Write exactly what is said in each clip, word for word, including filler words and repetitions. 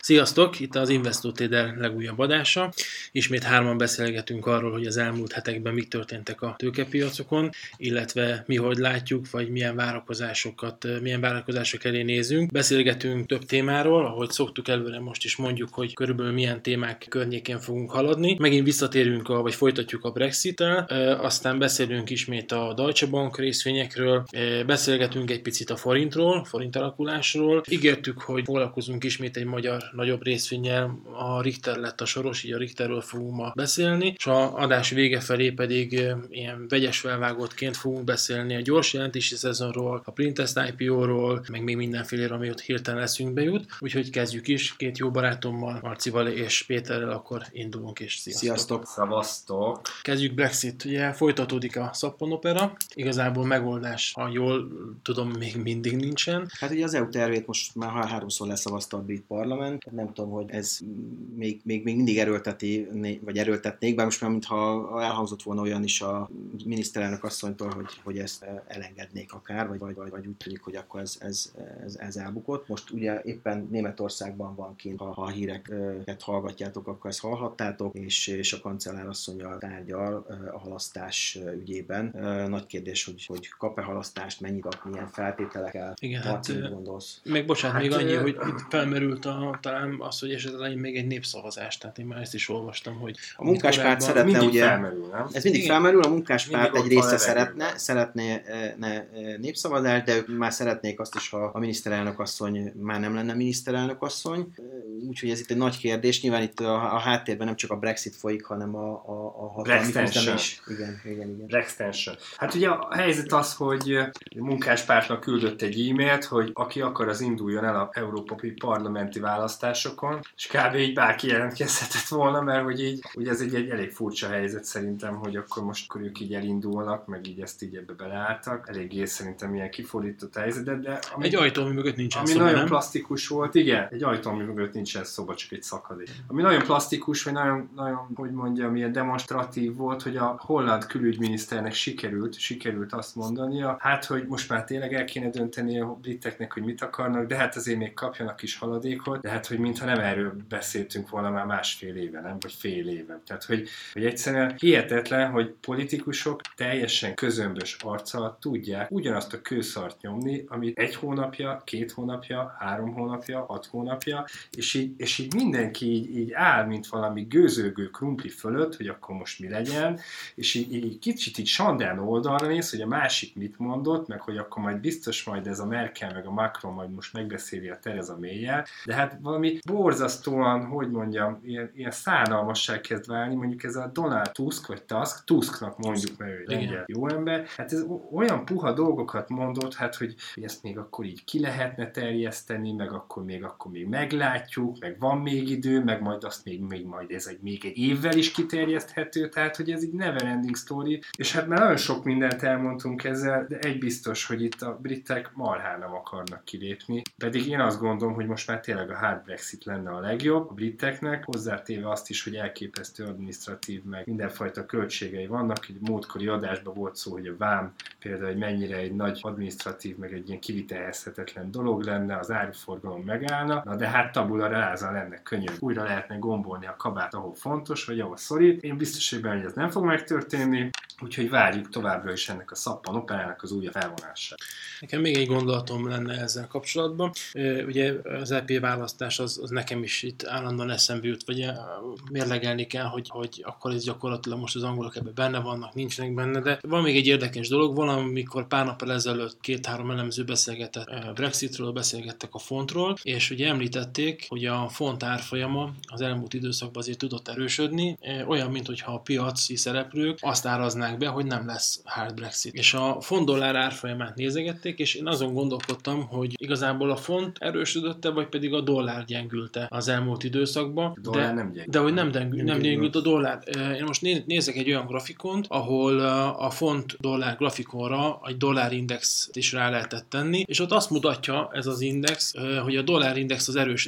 Sziasztok! Itt az Investor Trader legújabb adása. Ismét hárman beszélgetünk arról, hogy az elmúlt hetekben mik történtek a tőkepiacokon, illetve mi hogy látjuk, vagy milyen várakozásokat, milyen várakozások elé nézünk. Beszélgetünk több témáról, ahogy szoktuk előre, most is mondjuk, hogy körülbelül milyen témák környékén fogunk haladni. Megint visszatérünk, a, vagy folytatjuk a Brexit-tel, aztán beszélünk ismét a Deutsche Bank részvényekről, beszélgetünk egy picit a forintról, forint alakulásról. Ígértük, hogy foglalkozunk ismét egy magyar nagyobb részvénnyel, a Richter lett a soros, így a Richterről fogunk ma beszélni, és a adás vége felé pedig ilyen vegyes felvágottként fogunk beszélni a gyors jelentési szezonról, a Printest i pé ó-ról, meg még mindenféle, ami ott hirtelen eszünkbe jut. Úgyhogy kezdjük is, két jó barátommal, Marcival és Péterrel, akkor indulunk, és sziasztok! Sziasztok! Szavaztok! Kezdjük Brexit. Ugye folytatódik a szappanopera, igazából megoldás, ha jól tudom, még mindig nincsen. Hát ugye az é u tervét most már háromszor leszavazta a brit parlament. Nem tudom, hogy ez még, még, még mindig erőlteti, vagy erőltetnék, bár most már mintha elhangzott volna olyan is a miniszterelnök asszonytól, hogy, hogy ezt elengednék akár, vagy, vagy, vagy úgy tűnik, hogy akkor ez, ez, ez, ez elbukott. Most ugye éppen Németországban van kint, ha a híreket hallgatjátok, akkor ezt hallhattátok, és, és a kancellárasszonnyal tárgyal a halasztás ügyében. Nagy kérdés, hogy, hogy kap-e halasztást, mennyit kap, milyen feltételekkel. Igen, Marci, hát, gondolsz? Még bocsánat, Hát, még annyi, hogy felmerült a, talán az, hogy esetleg még egy népszavazás, tehát én már ezt is olvastam, hogy a munkáspárt szeretne, ugye, felmerül, nem? Ez mindig Igen. felmerül, a munkáspárt egy része szeretne, szeretne, szeretné ne, népszavazást, de ők már szeretnék azt is, ha a miniszterelnök asszony már nem lenne miniszterelnök asszony. Úgyhogy ez itt egy nagy kérdés. Nyilván itt a, a háttérben nem csak a Brexit folyik, hanem a, a, a hatalmi küzdelem is. Igen, igen, igen. Brextension. Hát ugye a helyzet az, hogy a munkáspártnak küldött egy e-mailt, hogy aki akar, az induljon el a európai parlamenti választásokon, és kb. Így bárki jelentkezhetett volna, mert hogy így, ugye ez egy, egy elég furcsa helyzet szerintem, hogy akkor most akkor ők így elindulnak, meg így ezt így ebbe beleálltak. Eléggé szerintem ilyen kifordított helyzet, de, de ami, egy ajtó, ami mögött nincsen ami szoba, nagyon nem? plastikus volt, igen, egy ajtó, ami mögött nincsen szoba, csak egy szakadék. Ami nagyon plastikus, vagy nagyon, nagyon, hogy mondjam, ilyen demonstratív volt, hogy a holland külügyminiszternek sikerült, sikerült azt mondania, hát, hogy most már tényleg el kéne dönteni a briteknek, hogy mit akarnak, de hát azért még kapjanak is haladékot, de hát, hogy mintha nem erről beszéltünk volna már másfél éve, nem? Vagy fél éve. Tehát, hogy, hogy egyszerűen hihetetlen, hogy politikusok teljesen közömbös arccal tudják ugyanazt a kőszart nyomni, amit egy hónapja, két hónapja, három hónapja, hat hónapja, és így, és így mindenki így, így áll, mint valami gőzölgő krumpli fölött, hogy akkor most mi legyen, és így, így kicsit így Sandern oldalra néz, hogy a másik mit mondott, meg hogy akkor majd biztos majd ez a Merkel, meg a Macron majd most megbeszéli a Theresa May-jel, de hát valami borzasztóan, hogy mondjam, ilyen, ilyen szánalmasság kezd válni, mondjuk ez a Donald Tusk, vagy Tusk, Tusknak mondjuk, mert ő lengyel jó ember, hát ez olyan puha dolgokat mondott, hát, hogy, hogy ezt még akkor így ki lehetne terjeszteni, meg akkor még akkor még meglátjuk, meg van még idő, meg majd azt még, még majd ez egy, még egy évvel is kiterjeszthető, tehát, hogy ez így never ending story, és hát már nagyon sok mindent elmondtunk ezzel, de egy biztos, hogy itt a britek marhán nem akarnak kilépni, pedig én azt gondolom, hogy most már tényleg a hard Brexit lenne a legjobb a briteknek, hozzátéve azt is, hogy elképesztő adminisztratív, meg mindenfajta költségei vannak, egy múltkori adásban volt szó, hogy a vám például, hogy mennyire egy nagy adminisztratív, meg egy ilyen kivitelezhetetlen dolog lenne, az áruforgalom megállna, na de hát tabula rasa lenne könnyű. Újra lehetne gombolni a kabát, ahol fontos, vagy ahol szorít. Én biztos, hogy benne, hogy ez nem fog megtörténni, úgyhogy várjuk továbbra is ennek a szappanoperának az újra felvonását. Nekem még egy gondolatom lenne ezzel kapcsolatban. Ugye az é pé választás az, az nekem is itt állandóan eszembe jut, vagy mérlegelni kell, hogy, hogy akkor ez gyakorlatilag most az angolok ebben benne vannak, nincsenek benne, de van még egy érdekes dolog, valamikor pár nappal ezelőtt két-három elemző beszélgetett Brexitről, beszélgettek a fontról, és ugye említették, hogy a font árfolyama az elmúlt időszakban azért tudott erősödni, olyan, mintha a piaci szereplők azt áraznák be, hogy nem lesz hard Brexit. És a font dollár árfolyamát nézegették, és én azon gondolkodtam, hogy igazából a font erősödötte, vagy pedig a dollár gyengülte az elmúlt időszakban. A dollár de, nem gyengült. De hogy nem, dengül, nem gyengült a dollár. Én most nézek egy olyan grafikont, ahol a font dollár grafikonra egy dollárindexet is rá lehetett tenni, és ott azt mutatja ez az index, hogy a dollárindex az erősödött az elmúlt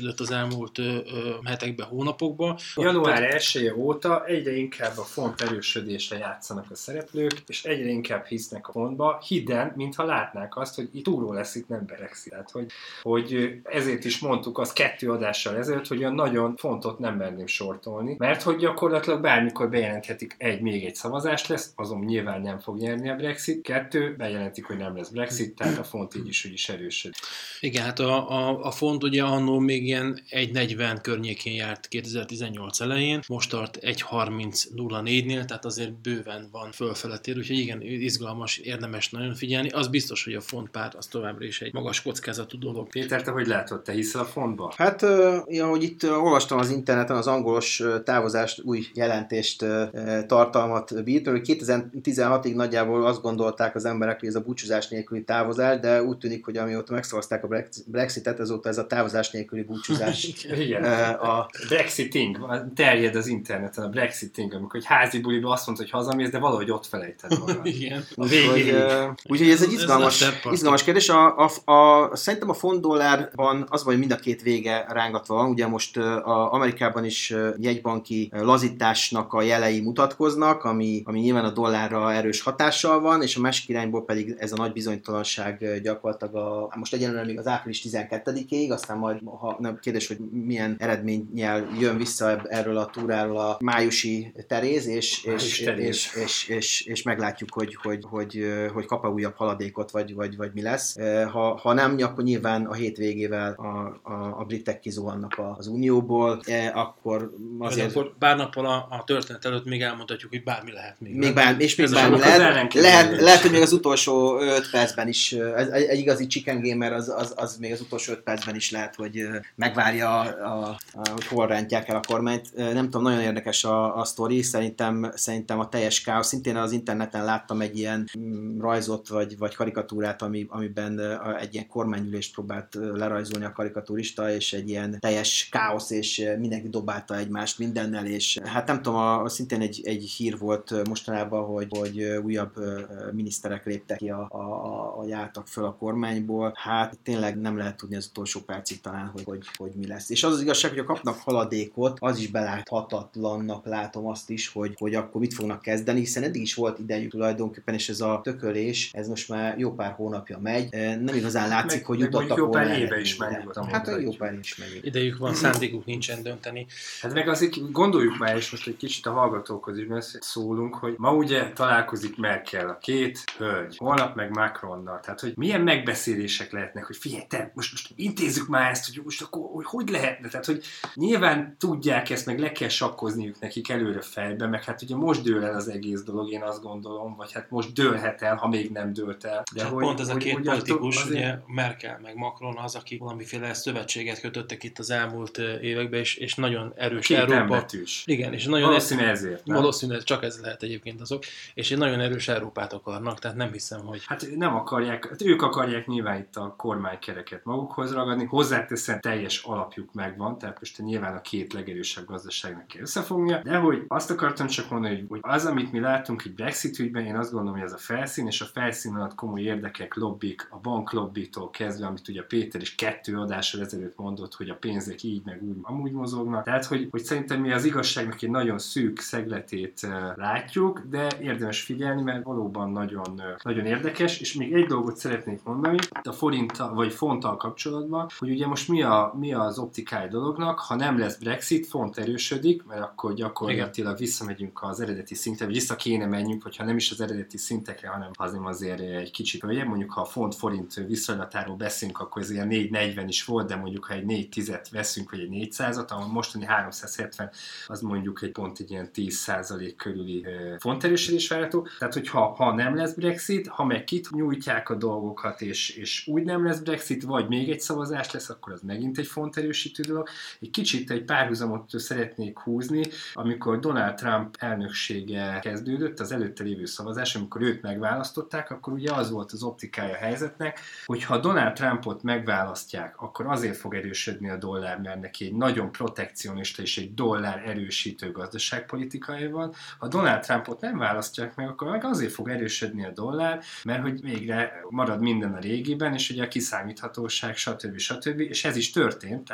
elmúlt ö, ö, hetekben, hónapokban. január elsője óta egyre inkább a font erősödésre játszanak a szereplők, és egyre inkább hisznek a fontba, hidden, mintha látnák azt, hogy itt túlról lesz, itt nem Brexit. Tehát, hogy, hogy ezért is mondtuk azt kettő adással ezelőtt, hogy olyan nagyon fontot nem merném sortolni, mert hogy gyakorlatilag bármikor bejelenthetik, egy, még egy szavazás lesz, azon nyilván nem fog nyerni a Brexit, kettő, bejelentik, hogy nem lesz Brexit, tehát a font így is, úgy is erősödik. Igen, hát a, a, a font ugye annól még ilyen egy negyven környékén járt kétezer-tizennyolc elején, most tart egy harminc nulla négynél, tehát azért bőven van fölfele tér, úgyhogy igen, izgalmas, érdemes nagyon figyelni. Az biztos, hogy a fontpár az továbbra is egy magas kockázatú dolog. Péter, te hogy látod, te hiszel a fontba? Hát, ja, hogy itt olvastam az interneten az angolos távozást, új jelentést, tartalmat bírt, hogy kétezer-tizenhatig nagyjából azt gondolták az emberek, hogy ez a búcsúzás nélküli távozás, de úgy tűnik, hogy amióta megszavazták a Brexitet, azóta ez a távozás nélküli búcsúzás. Igen, a Brexiting, terjed az interneten a Brexiting, amikor egy házi buliba azt mondta, hogy hazamész, de valahogy ott felejted magad. Igen. Úgyhogy úgy, ez egy izgalmas, ez izgalmas kérdés. A, a, a, szerintem a font dollárban az van, hogy mind a két vége rángatva van. Ugye most a Amerikában is jegybanki lazításnak a jelei mutatkoznak, ami, ami nyilván a dollárra erős hatással van, és a másik irányból pedig ez a nagy bizonytalanság gyakorlatilag a, most egyenlően még az április tizenkettedikéig, aztán majd ha, nem, kérdés, hogy milyen eredménnyel jön vissza erről a túráról a májusi Teréz, és, és, teréz. és, és, és, és meglátjuk, hogy, hogy, hogy, hogy kap-e újabb haladékot, vagy, vagy, vagy mi lesz. Ha, ha nem, akkor nyilván a hétvégével a, a, a britek kizuhannak az unióból, akkor azért... Akkor pár nappal a, a történet előtt még elmondhatjuk, hogy bármi lehet még. még bár, és még bármi lehet. Lehet, lehet, hogy még az utolsó öt percben is, egy, egy igazi chicken gamer az, az, az még az utolsó öt percben is lehet, hogy megvárja, a, a, a, hogy hol rántják el a kormányt. Nem tudom, nagyon érdekes a, a sztori, szerintem, szerintem a teljes káosz. Szintén az interneten láttam egy ilyen rajzot, vagy, vagy karikatúrát, ami, amiben egy ilyen kormányülést próbált lerajzolni a karikaturista, és egy ilyen teljes káosz, és mindenki dobálta egymást mindennel, és hát nem tudom, a, szintén egy, egy hír volt mostanában, hogy, hogy újabb miniszterek léptek ki, a, a, a, a jártak föl a kormányból. Hát tényleg nem lehet tudni az utolsó percig talán, hogy, hogy, hogy mi lesz. És az az igazság, hogy ha kapnak haladékot, az is beláthatatlannak látom azt is, hogy, hogy akkor mit fognak kezdeni, hiszen eddig is volt idejük tulajdonképpen, és ez a tökölés, ez most már jó pár hónapja megy. Nem igazán látszik, meg, hogy jutottak volna. Jó pár éve is megy. Hát jó pár éve is megy. Idejük van, szándékuk nincsen dönteni. Hát meg azért gondoljuk már, és most egy kicsit a hallgatókhoz is szólunk, hogy ma ugye találkozik Merkel, a két hölgy, holnap meg Macronnal. Tehát, hogy milyen megbeszélések lehetnek, hogy figyelj, te, most, most intézzük már ezt, hogy most akkor hogy, hogy lehetne? Tehát, hogy nyilván tudják ezt, meg le kell sakkozniuk nekik előre fejbe, meg hát ugye most dől el az egész dolog, én azt gondolom, vagy hát most dőlhet el, ha még nem dőlt el. De hogy, pont ez a két hogy, politikus, azért... ugye Merkel meg Macron az, aki valamiféle szövetséget kötöttek itt az elmúlt években, és, és nagyon erős két Európa. Embetűs. Igen, és nagyon valószínűleg ezért. Valószínűleg csak ez lehet egyébként azok, és egy nagyon erős Európát akarnak, tehát nem hiszem, hogy... Hát nem akarják, hát ők akarják nyilván itt a kormánykereket magukhoz ragadni, hozzáteszem, teljes alapjuk megvan, tehát most nyilván a két legerősebb gazdaságnak kell összefognia, de hogy azt akartam csak mondani, hogy az, amit mi látunk egy Brexit ügyben, én azt gondolom, hogy ez a felszín, és a felszín alatt komoly érdekek, lobbik, a banklobbitól kezdve, amit ugye Péter is kettő adással ezelőtt mondott, hogy a pénzek így meg úgy amúgy mozognak. Tehát, hogy, hogy szerintem mi az igazságnak egy nagyon szűk szegletét uh, látjuk, de érdemes figyelni, mert valóban nagyon, uh, nagyon érdekes, és még egy dolgot szeretnék mondani, a forinttal, vagy fonttal kapcsolatban, hogy ugye most mi, a, mi az optikája dolognak, ha nem lesz Brexit, font erősödik, mert akkor gyakorlatilag visszamegyünk az eredeti szintre, vagy vissza kéne menjünk, hogyha nem is az eredeti szintekre, hanem azért azért egy kicsit olyan, mondjuk ha a font-forint viszonylatáról beszélünk, akkor ez ilyen négy negyven is volt, de mondjuk ha egy négy tízet veszünk, vagy egy négyszázat, a mostani háromszázhetven, az mondjuk egy pont egy ilyen tíz százalék körüli fonterősödés várható. Tehát, hogyha ha nem lesz Brexit, ha meg kit nyújtják a dolgokat, és, és úgy nem lesz Brexit, vagy még egy szavazás lesz, akkor az megint egy fonterősítő dolog. Egy kicsit egy párhuzamot szeretnék húzni, amikor Donald Trump elnöksége kezdődött, az előtte lévő szavazás, amikor őt megválasztották, akkor ugye az volt az optikája a helyzetnek, hogy ha Donald Trumpot megválasztják, akkor azért fog erősödni a dollár, mert neki egy nagyon protekcionista és egy dollár erősítő gazdaságpolitikai van. Ha Donald Trumpot nem választják meg, akkor meg azért fog erősödni a dollár, mert hogy végre marad minden a régiben, és ugye a kiszámíthatóság, stb. stb. És ez is történt,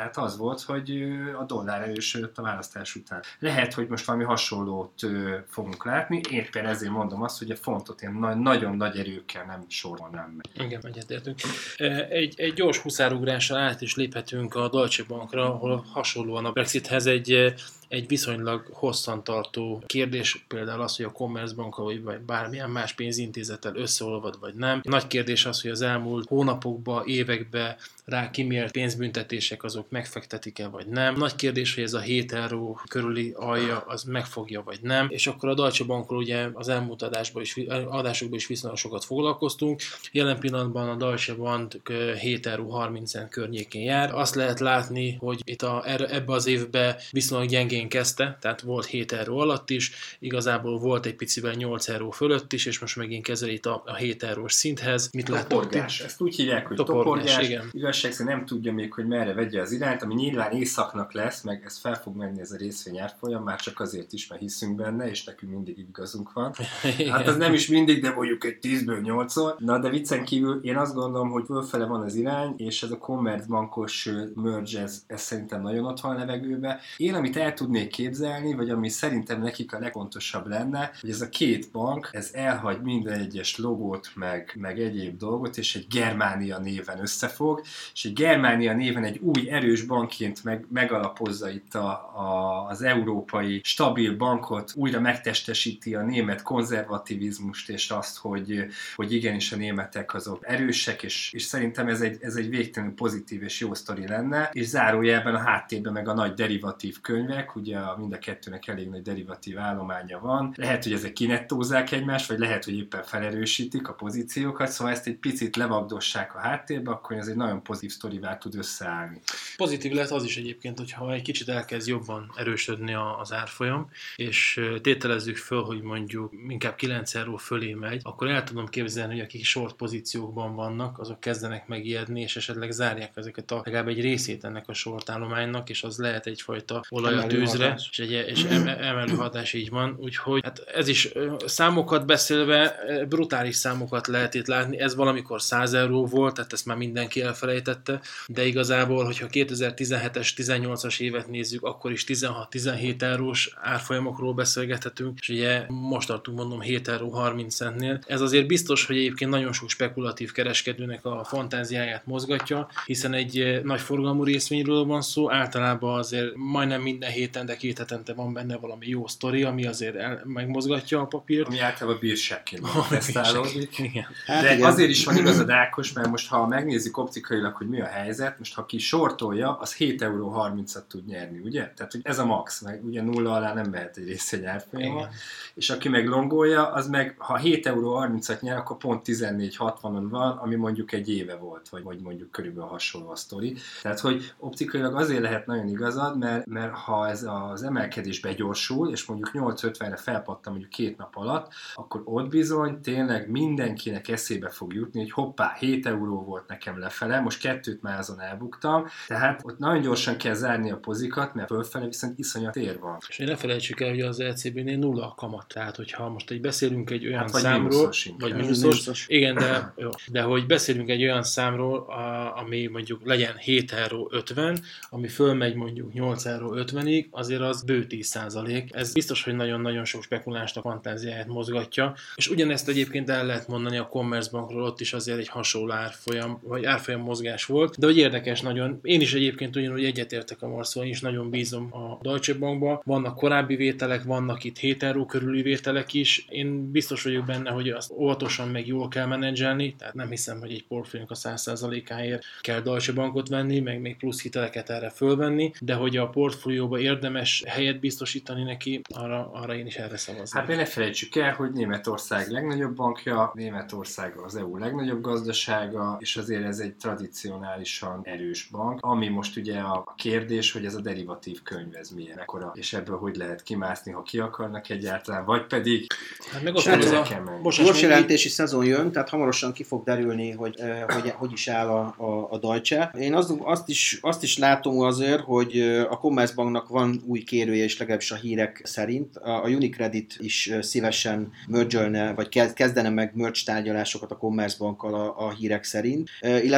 Tehát az volt, hogy a dollár erősödött a választás után. Lehet, hogy most valami hasonlót fogunk látni, éppen ezért mondom azt, hogy a fontot én nagyon nagy erőkkel nem sorolnám meg. Igen, egyetértünk. Egy, egy gyors huszárugrással át is léphetünk a Deutsche Bankra, ahol hasonlóan a Brexithez egy egy viszonylag hosszantartó kérdés, például az, hogy a Commerzbankkal vagy bármilyen más pénzintézettel összeolvad vagy nem. Nagy kérdés az, hogy az elmúlt hónapokban, években rá kimért pénzbüntetések azok megfektetik-e vagy nem. Nagy kérdés, hogy ez a hét euró körüli alja az megfogja vagy nem. És akkor a Deutsche Bankról ugye az elmúlt adásban is, adásokban is viszonylag sokat foglalkoztunk. Jelen pillanatban a Deutsche Bank hét euró harminc cent környékén jár. Azt lehet látni, hogy itt a, ebbe az évben viszonylag gyengén kezdte, tehát volt hét euró alatt is, igazából volt egy picivel nyolc euró fölött is, és most megint kezeli itt a, a hét eurós szinthez. Mit toporgás. Ezt úgy hívják, hogy toporgás. toporgás. Igen. Igazság szerint nem tudja még, hogy merre vegye az irányt, ami nyilván északnak lesz, meg ez fel fog menni ez a részvény árfolyam, már csak azért is, mert hiszünk benne, és nekünk mindig igazunk van. Hát az nem is mindig, de mondjuk egy tízből nyolcszor. Na, de viccen kívül én azt gondolom, hogy fölfele van az irány, és ez a Commerzbankos merge, ez, ez szerintem nagyon ott van a levegőbe. Én, amit el tudnék képzelni, vagy ami szerintem nekik a legfontosabb lenne, hogy ez a két bank, ez elhagy minden egyes logót, meg, meg egyéb dolgot, és egy Germánia néven összefog, és egy Germánia néven egy új erős bankként meg, megalapozza itt a, a, az európai stabil bankot, újra megtestesíti a német konzervativizmust, és azt, hogy, hogy igenis a németek azok erősek, és, és szerintem ez egy, ez egy végtelenül pozitív és jó sztori lenne, és zárójelben a háttérben meg a nagy derivatív könyvek, ugye a, mind a kettőnek elég nagy derivatív állománya van. Lehet, hogy ezek kinettózzák egymást, vagy lehet, hogy éppen felerősítik a pozíciókat, szóval ezt egy picit levagdossák a háttérbe, akkor ez egy nagyon pozitív sztorivá tud összeállni. Pozitív lehet az is egyébként, hogyha egy kicsit elkezd jobban erősödni az árfolyam, és tételezzük föl, hogy mondjuk inkább kilenc euró fölé megy, akkor el tudom képzelni, hogy akik short pozíciókban vannak, azok kezdenek megijedni, és esetleg zárják ezeket a legalább egy részét ennek a short állománynak, és az lehet egyfajta olaj a tűzre, és egy és emelő hatás így van, úgyhogy hát ez is számokat beszélve, brutális számokat lehet itt látni, ez valamikor száz euró volt, tehát ezt már mindenki elfelejtette, de igazából, hogyha kétezer-tizenhetes, tizennyolcas évet nézzük, akkor is tizenhat-tizenhét eurós árfolyamokról beszélgethetünk, és ugye most tartunk mondom hét euró harminc centnél. Ez azért biztos, hogy egyébként nagyon sok spekulatív kereskedőnek a fantáziáját mozgatja, hiszen egy nagy forgalmú részvényről van szó, általában azért majdnem minden héten, de két hetente van benne valami jó sztori, ami azért el, megmozgatja a papírt. Ami általában bírságként tesztálódik. Hát de igen. Azért is van igazad, Ákos, mert most ha megnézzük optikailag, hogy mi a helyzet, most ha ki sortolja, az hét euró harmincat tud nyerni, ugye? Tehát hogy ez a max, meg ugye nulla alá nem mehet egy részvény árfolyama. És aki meg longolja, az meg, ha hét euró harmincat nyer, akkor pont tizennégy hatvanon van, ami mondjuk egy éve volt, vagy, vagy mondjuk körülbelül hasonló a sztori. Tehát, hogy optikailag azért lehet nagyon igazad, mert, mert ha ez az emelkedés begyorsul, és mondjuk nyolc ötvenre felpattam mondjuk két nap alatt, akkor ott bizony tényleg mindenkinek eszébe fog jutni, hogy hoppá, hét euró volt nekem lefele, most kettőt már azon elbuktam, tehát ott nagyon gyorsan kell zárni a pozikat, mert fölfele viszont iszonyat tér van. És ne felejtsük el, hogy az é cé bé-nél nulla a kamat, tehát hogyha most egy beszélünk egy olyan hát vagy számról, mínuszos vagy mínuszos, igen, de, jó, de hogy beszélünk egy olyan számról, a, ami mondjuk legyen hét euró ötven, ami fölmegy mondjuk nyolc euró ötvenig, azért az bő tíz százalék. Ez biztos, hogy nagyon-nagyon sok spekulánsnak fantáziáját mozgatja, és ugyanezt egyébként el lehet mondani a Commerzbankról, ott is azért egy hasonló árfolyam, vagy árfolyam mozgás volt, de hogy érdekes nagyon. Én is egyébként ugyanúgy egyetértek a Marszol, én is nagyon bízom a Deutsche Bankba. Vannak korábbi vételek, vannak itt hét euró körüli vételek is. Én biztos vagyok benne, hogy azt óvatosan meg jól kell menedzselni, tehát nem hiszem, hogy egy portfóliónak a száz százalékáért kell Deutsche Bankot venni, meg még plusz hiteleket erre fölvenni, de hogy a portfólióba érdemes helyet biztosítani neki, arra, arra én is erre szavazom. Hát ne felejtsük el, hogy Németország legnagyobb bankja, Németország az é u legnagyobb gazdasága, és azért ez egy tradicionálisan erős bank, ami most ugye a kérdés, hogy ez a derivatív könyv ez milyen, ekkora, és ebből hogy lehet kimászni, ha ki akarnak egyáltalán, vagy pedig hát meg ott ez a gyors jelentési szezon jön, tehát hamarosan ki fog derülni, hogy hogy, hogy is áll a, a, a Deutsche. Én azt, azt, is, azt is látom azért, hogy a Commerzbanknak van új kérője, és legalábbis a hírek szerint. A, a Unicredit is szívesen merge-ölne, vagy kezdene meg merge tárgyalásokat a Commerzbankkal a, a hírek szerint. Illetve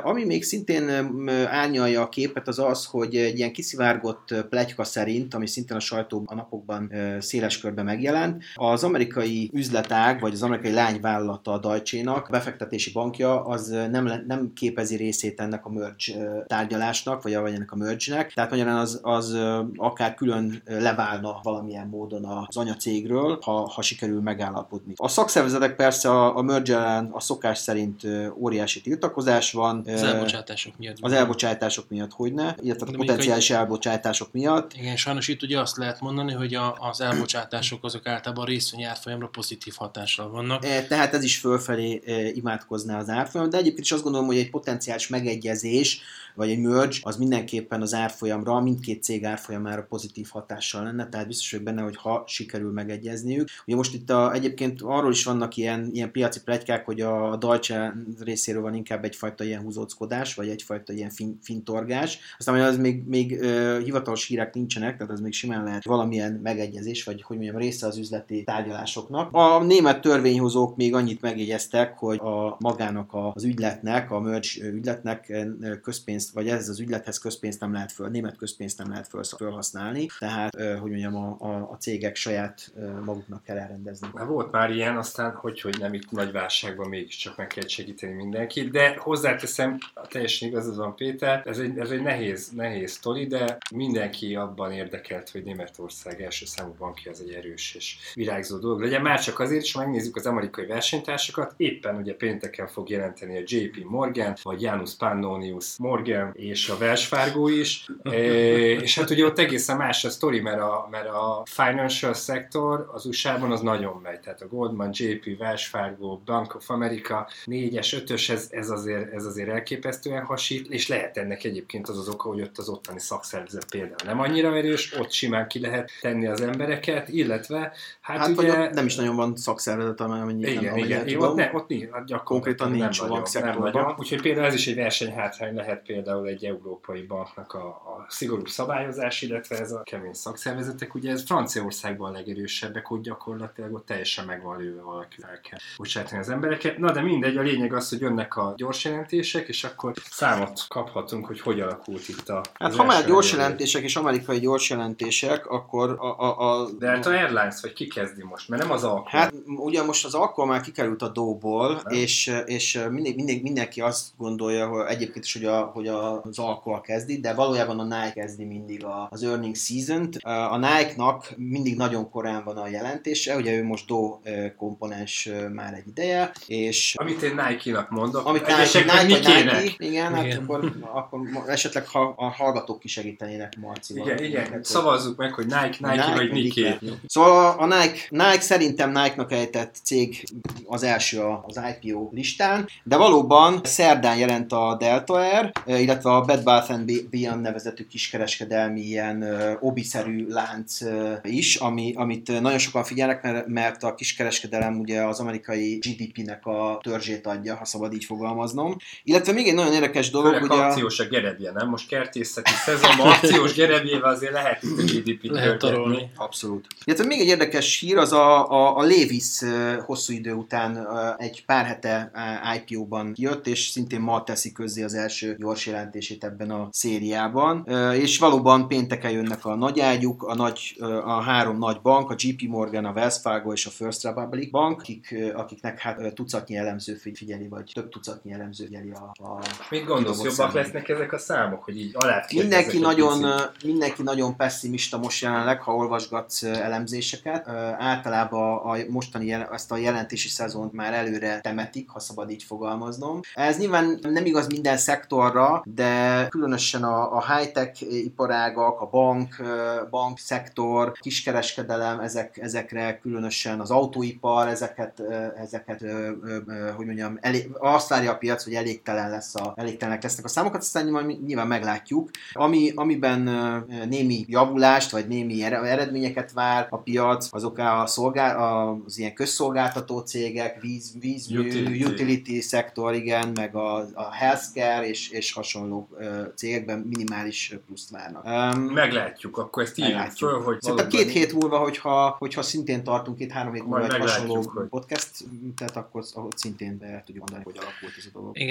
Ami még szintén árnyalja a képet az az, hogy egy ilyen kiszivárgott pletyka szerint, ami szintén a sajtóban a napokban széles körben megjelent, az amerikai üzletág, vagy az amerikai lányvállalata a Deutsche-nak, a befektetési bankja, az nem, nem képezi részét ennek a merge tárgyalásnak, vagy ennek a merge-nek. Tehát magyarán az, az akár külön leválna valamilyen módon az anyacégről, ha, ha sikerül megállapodni. A szakszervezetek persze a, a merge ellen a szokás szerint óriási tiltakozás van. Az elbocsátások miatt. Az elbocsátások miatt, hogyne, illetve a potenciális elbocsátások miatt. Igen, sajnos itt ugye azt lehet mondani, hogy a, az elbocsátások azok általában a részvény árfolyamra pozitív hatással vannak. Tehát ez is fölfelé imádkozná az árfolyam, de egyébként is azt gondolom, hogy egy potenciális megegyezés, vagy egy merge, az mindenképpen az árfolyamra, mindkét cég árfolyamára pozitív hatással lenne, tehát biztos vagyok benne, hogy ha sikerül megegyezniük. Ugye most itt a, egyébként arról is vannak ilyen, ilyen piaci pletykák, hogy a Deutsche részéről van inkább egyfajta ilyen húzóckodás, vagy egyfajta ilyen fin, fintorgás. Aztán az még, még uh, hivatalos hírek nincsenek, tehát az még simán lehet valamilyen megegyezés, vagy hogy mondjam, része az üzleti tárgyalásoknak. A német törvényhozók még annyit megjegyeztek, hogy a magának az ügyletnek, a merge ügyletnek közpénzt, vagy ez az ügylethez közpénzt nem lehet föl, német közpénzt nem lehet föl, fölhasználni, tehát, hogy mondjam, a, a, a cégek saját maguknak kell elrendezni. Na, volt már ilyen, aztán hogy, hogy nem itt nagy válságban mégiscsak meg kell segíteni mindenkit, de hozzáteszem, teljesen igazad van Péter, ez egy, ez egy nehéz, nehéz sztori, de mindenki abban érdekelt, hogy Németország első számú bankja az egy erős és virágzó dolog legyen. Már csak azért is, megnézzük az amerikai versenytársakat, éppen ugye pénteken fog jelenteni a jé pé Morgan, vagy Janus Pannonius Morgan, és a Wells Fargo is, e, és hát ugye ott egészen más a sztori, mert a, mert a financial sector az u es á-ban az nagyon megy, tehát a Goldman, jé pé, Wells Fargo, Bank of America, négyes, ötös, ez, ez, azért, ez azért elképesztően hasít, és lehet ennek egyébként az az oka, hogy ott az ottani szakszervezet például nem annyira erős, ott simán ki lehet tenni az embereket, illetve hát, hát ugye... ott nem is nagyon van szakszervezet, amennyi igen, nem, igen, igen. Ott, ne, ott nincs, konkrétan nincs a bankszektorban. Úgyhogy például ez is egy versenyhátrány lehet például egy európai banknak a, a szigorúbb szabályozás, illetve ez a kemény szakszervezetek, ugye ez Franciaországban a legerősebbek, hogy gyakorlatilag ott teljesen meg van lőve valaki, el kell bocsátani az embereket. Na de mindegy, a lényeg az, hogy jönnek a gyors jelentések, és akkor számot kaphatunk, hogy hogy alakult itt a... Hát ha már gyors jelentések és amerikai gyors jelentések, akkor a... a, a Delta Airlines, vagy ki kezdi most? Mert nem az Alcon. Hát ugye most az Alcon már kikerült a dóból, és, és mindig, mindig, mindenki azt gondolja, hogy egyébként is, hogy, a, hogy az Alcon kezdi, de valójában a Nike kezdi mindig a, az earnings season-t. A Nike-nak mindig nagyon korán van a jelentése, ugye ő most dó komponens már egy ideje, és... Amit én Nike-nak mondok, amit Nike, Nike, Nike, Nike, igen, hát akkor, akkor esetleg ha a hallgatók kisegítenének Marcival. Igen, igen, hát, szavazzuk meg, hogy Nike, Nike, Nike vagy Nike. Szóval a Nike, Nike szerintem Nike-nak ejtett cég az első az i pé o listán, de valóban szerdán jelent a Delta Air, illetve a Bed Bath and Beyond nevezetű kiskereskedelmi ilyen obiszerű lánc is, ami, amit nagyon sokan figyelnek, mert, mert a kiskereskedelem ugye az amerikai gé dé pé-nek a törzsét adja, ha szabad így fogalmaznom. Illetve még egy nagyon érdekes dolog, főleg ugye... akciós a gerebje, nem? Most kertészeti szezonban akciós gerebjével azért lehet itt a gé dé pét történni. Abszolút. Illetve még egy érdekes hír, az a, a, a Levi's hosszú idő után egy pár hete i pé o-ban jött, és szintén ma teszi közzé az első gyors jelentését ebben a szériában. És valóban pénteken jönnek a nagy ágyuk, a, nagy, a három nagy bank, a jé pé Morgan, a Wells Fargo és a First Republic Bank, akik, akiknek hát tucatnyi elemző figyeli, vagy több tucatnyi elemző figyeli a, a Mit gondolsz, jobbak számít. Lesznek ezek a számok, hogy így alá mindenki nagyon, mindenki nagyon pessimista most jelenleg, ha olvasgatsz elemzéseket. Általában a mostani ezt a jelentési szezont már előre temetik, ha szabad így fogalmaznom. Ez nyilván nem igaz minden szektorra, de különösen a, a high-tech iparágak, a bank, bank szektor, kiskereskedelem, ezek, ezekre különösen az autóipar, ezeket, ezeket hogy mondjam, elég, azt várja a piac, hogy elégtelen lesz a, elégtelenek lesznek a számokat, aztán nyilván, nyilván meglátjuk. Ami, amiben némi javulást, vagy némi eredményeket vár a piac, azok a szolgál, az ilyen közszolgáltató cégek, víz, vízmű, utility. utility szektor, igen, meg a, a healthcare és, és hasonló cégekben minimális pluszt várnak. Um, meglátjuk, akkor ezt írjuk föl, hogy szerintem két hét múlva, hogyha, hogyha szintén tartunk két-három hét múlva egy hasonló hogy... podcast, tehát akkor ahol szintén be tudjuk mondani, hogy alakult ez a dolog. Igen, mondjuk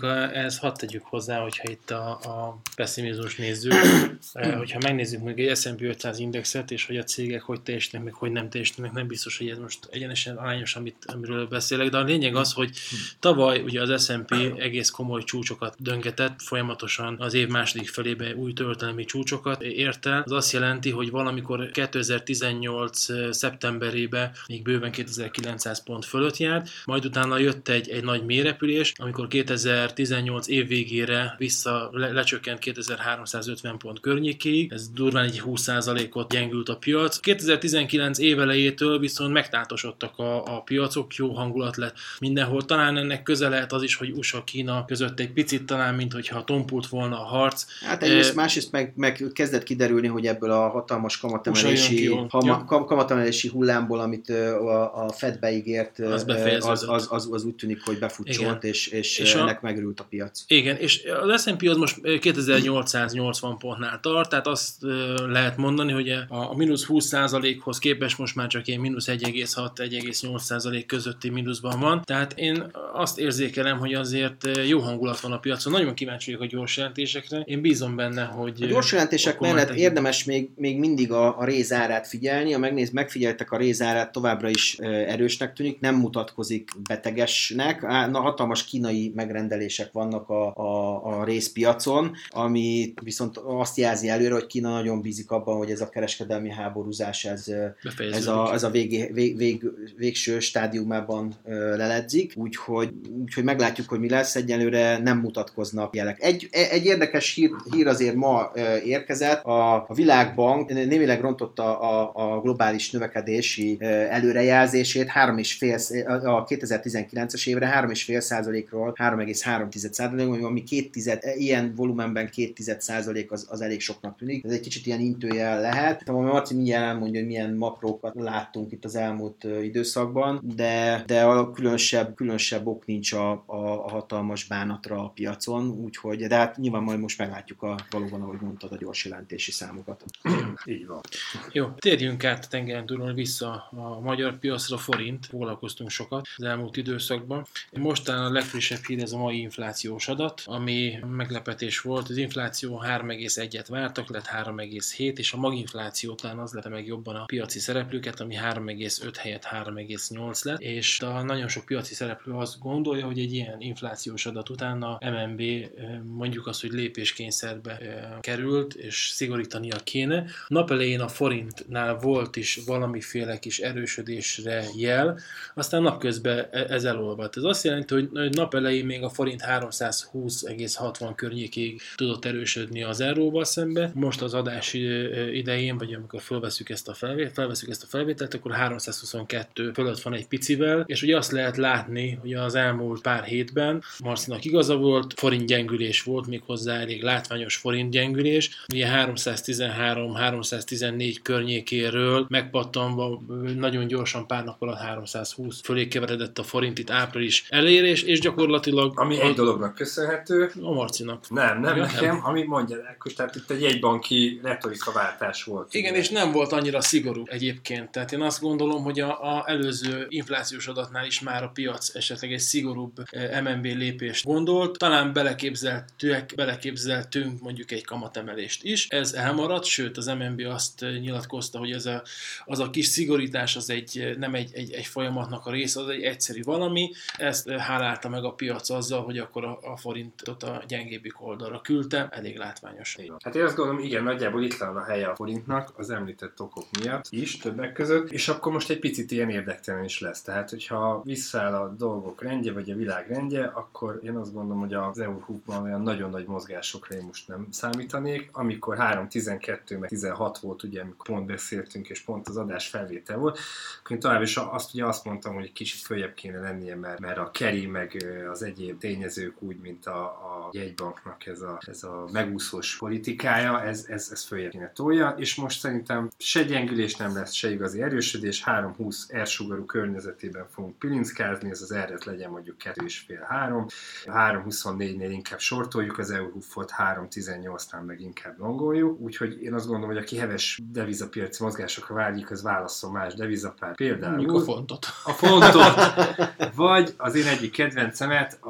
ehhez hadd tegyük hozzá, hogyha itt a, a pessimizmus nézzük, hogyha megnézzük még egy es and pé ötszáz indexet, és hogy a cégek hogy teljesítenek, meg hogy nem teljesítenek, nem biztos, hogy ez most egyenesen arányos, amit, amiről beszélek, de a lényeg az, hogy tavaly ugye az es and pé egész komoly csúcsokat döngetett, folyamatosan az év második felébe új történelmi csúcsokat ért el. Az azt jelenti, hogy valamikor kétezer-tizennyolc szeptemberében még bőven kétezer-kilencszáz pont fölött járt, majd utána jött egy, egy nagy mélyrepülés, amikor kétezer-tizennyolc év végére vissza le, lecsökkent kétezer-háromszázötven pont környékéig, ez durván egy húsz százalékot gyengült a piac. kétezer-tizenkilenc év elejétől viszont megtátosodtak a, a piacok, jó hangulat lett mindenhol. Talán ennek köze lehet az is, hogy u es á-Kína között egy picit talán, mint hogyha tompult volna a harc. Hát egyrészt, másrészt meg, meg kezdett kiderülni, hogy ebből a hatalmas kamatemelési, hama, kamatemelési hullámból, amit a, a Fed beígért, az, az, az, az, az úgy tűnik, hogy befutcsolt, és, és, és ennek a, megörült a piac. Igen, és az es and pé az most kétezer-nyolcszáznyolcvan pontnál tart, tehát azt lehet mondani, hogy a, a mínusz húsz százalékhoz képest most már csak ilyen mínusz egy egész hat - egy egész nyolc százalék közötti mínuszban van, tehát én azt érzékelem, hogy azért jó hangulat van a piacon. Nagyon kíváncsi vagyok a gyors jelentésekre. Én bízom benne, hogy... A gyors jelentések mellett érdemes még, még mindig a, a rézárát figyelni. Ha megnéz, megfigyeltek, a rézárát továbbra is erősnek tűnik, nem mutatkozik betegesnek. Na, hatalmas kínai megrendelések vannak a, a, a részpiacon, ami viszont azt jelzi előre, hogy Kína nagyon bízik abban, hogy ez a kereskedelmi háborúzás, ez, ez a, ez a vég, vég, vég, végső stádiumában leledzik. Úgyhogy, úgyhogy meglátjuk, hogy mi lesz. Egyelőre nem mutatkoznak jelek. Egy, egy érdekes hír, hír azért ma érkezett. A, a Világbank némileg rontotta a, a globális növekedési előrejelzését három és fél, a kétezer-tizenkilences évre három egész öt százalékról három egész három százalékról, ami két tized, ilyen volumenben két tized százalék az, az elég soknak tűnik. Ez egy kicsit ilyen intőjel lehet. A Marci mindjárt elmondja, hogy milyen makrókat láttunk itt az elmúlt időszakban, de, de a különösebb, különösebb ok nincs a, a, a hatalmas bánatra a piacon, úgyhogy, de hát nyilván majd most meglátjuk a, valóban, ahogy mondtad, a gyors jelentési számokat. Így van. Jó, térjünk át tengeren túlon vissza a magyar piacra, forint. Foglalkoztunk sokat az elmúlt időszakban. Mostán a legfrissebb hír ez a mai inflációs adat, ami meglepetés volt. Az infláció három egész egyet vártak, lett három egész hét, és a maginfláció talán az lett meg jobban a piaci szereplőket, ami három egész öt helyett három egész nyolc lett, és a nagyon sok piaci szereplő azt gondolja, hogy egy ilyen inflációs adat után a em en bé mondjuk azt, hogy lépéskényszerbe került, és szigorítania kéne. Napelején a forintnál volt is valamiféle kis erősödésre jel, aztán napközben ez elolvadt. Ez azt jelenti, hogy napelején még a forint háromszázhúsz egész hatvan környékig tudott erősödni az euróval szembe. Most az adás idején, vagy amikor felveszük ezt a felvételt, felveszük ezt a felvételt, akkor háromszázhuszonkettő fölött van egy picivel, és ugye azt lehet látni, hogy az elmúlt pár hétben Marcinak igaza volt, forint gyengülés volt, méghozzá elég látványos forint gyengülés. Ugye háromszáztizenhárom háromszáztizennégy környékéről megpattanva nagyon gyorsan pár nap alatt háromszázhúsz fölé keveredett a forint itt április elérés, és gyakorlatilag... Ami egy dolognak köszönhető. A Marcinak. Nem, nem ja, nekem, nem. Amit mondja, tehát itt egy jegybanki retorikaváltás volt. Igen, ugye. És nem volt annyira szigorú egyébként. Tehát én azt gondolom, hogy a, a előző inflációs adatnál is már a piac esetleg egy szigorúbb em en bé lépést gondolt. Talán beleképzeltünk, beleképzeltünk mondjuk egy kamatemelést is. Ez elmaradt, sőt az em en bé azt nyilatkozta, hogy ez a, az a kis szigorítás az egy, nem egy, egy, egy folyamatnak a része, az egy egyszerű valami. Ezt hálálta meg a piac azzal, hogy akkor a, a forintot a gyengébbik oldalra küldte. Elég látványos. Hát én azt gondolom, igen, nagyjából itt van a helye a forintnak, az említett okok miatt is többek között, és akkor most egy picit ilyen érdektelen is lesz. Tehát, hogyha visszáll a dolgok rendje, vagy a világ rendje, akkor én azt gondolom, hogy az Európában olyan nagyon nagy mozgásokra én most nem számítanék. Amikor három tizenkettő meg tizenhat volt, ugye, amikor pont beszéltünk, és pont az adás felvétel volt, akkor én tovább is azt, ugye azt mondtam, hogy egy kicsit följebb kéne lennie, mert, mert a carry meg az egyéb tényezők úgy, mint a, a jegybanknak ez a, ez a megúszós politikája, ez, ez, ez följebb kéne tolja, és most szerintem se gyengülés nem lesz, se igazi erősödés, három húsz R-sugarú környezetében fogunk pilinckázni, ez az R-et legyen mondjuk kettő és fél három, három huszonnégynél inkább sortoljuk az Eurófot, három tizennyolcnál meg inkább longoljuk, úgyhogy én azt gondolom, hogy aki heves devizapiaci mozgásokra vágyik, az válasszon más devizapár, például a fontot. A fontot, vagy az én egyik kedvencemet, a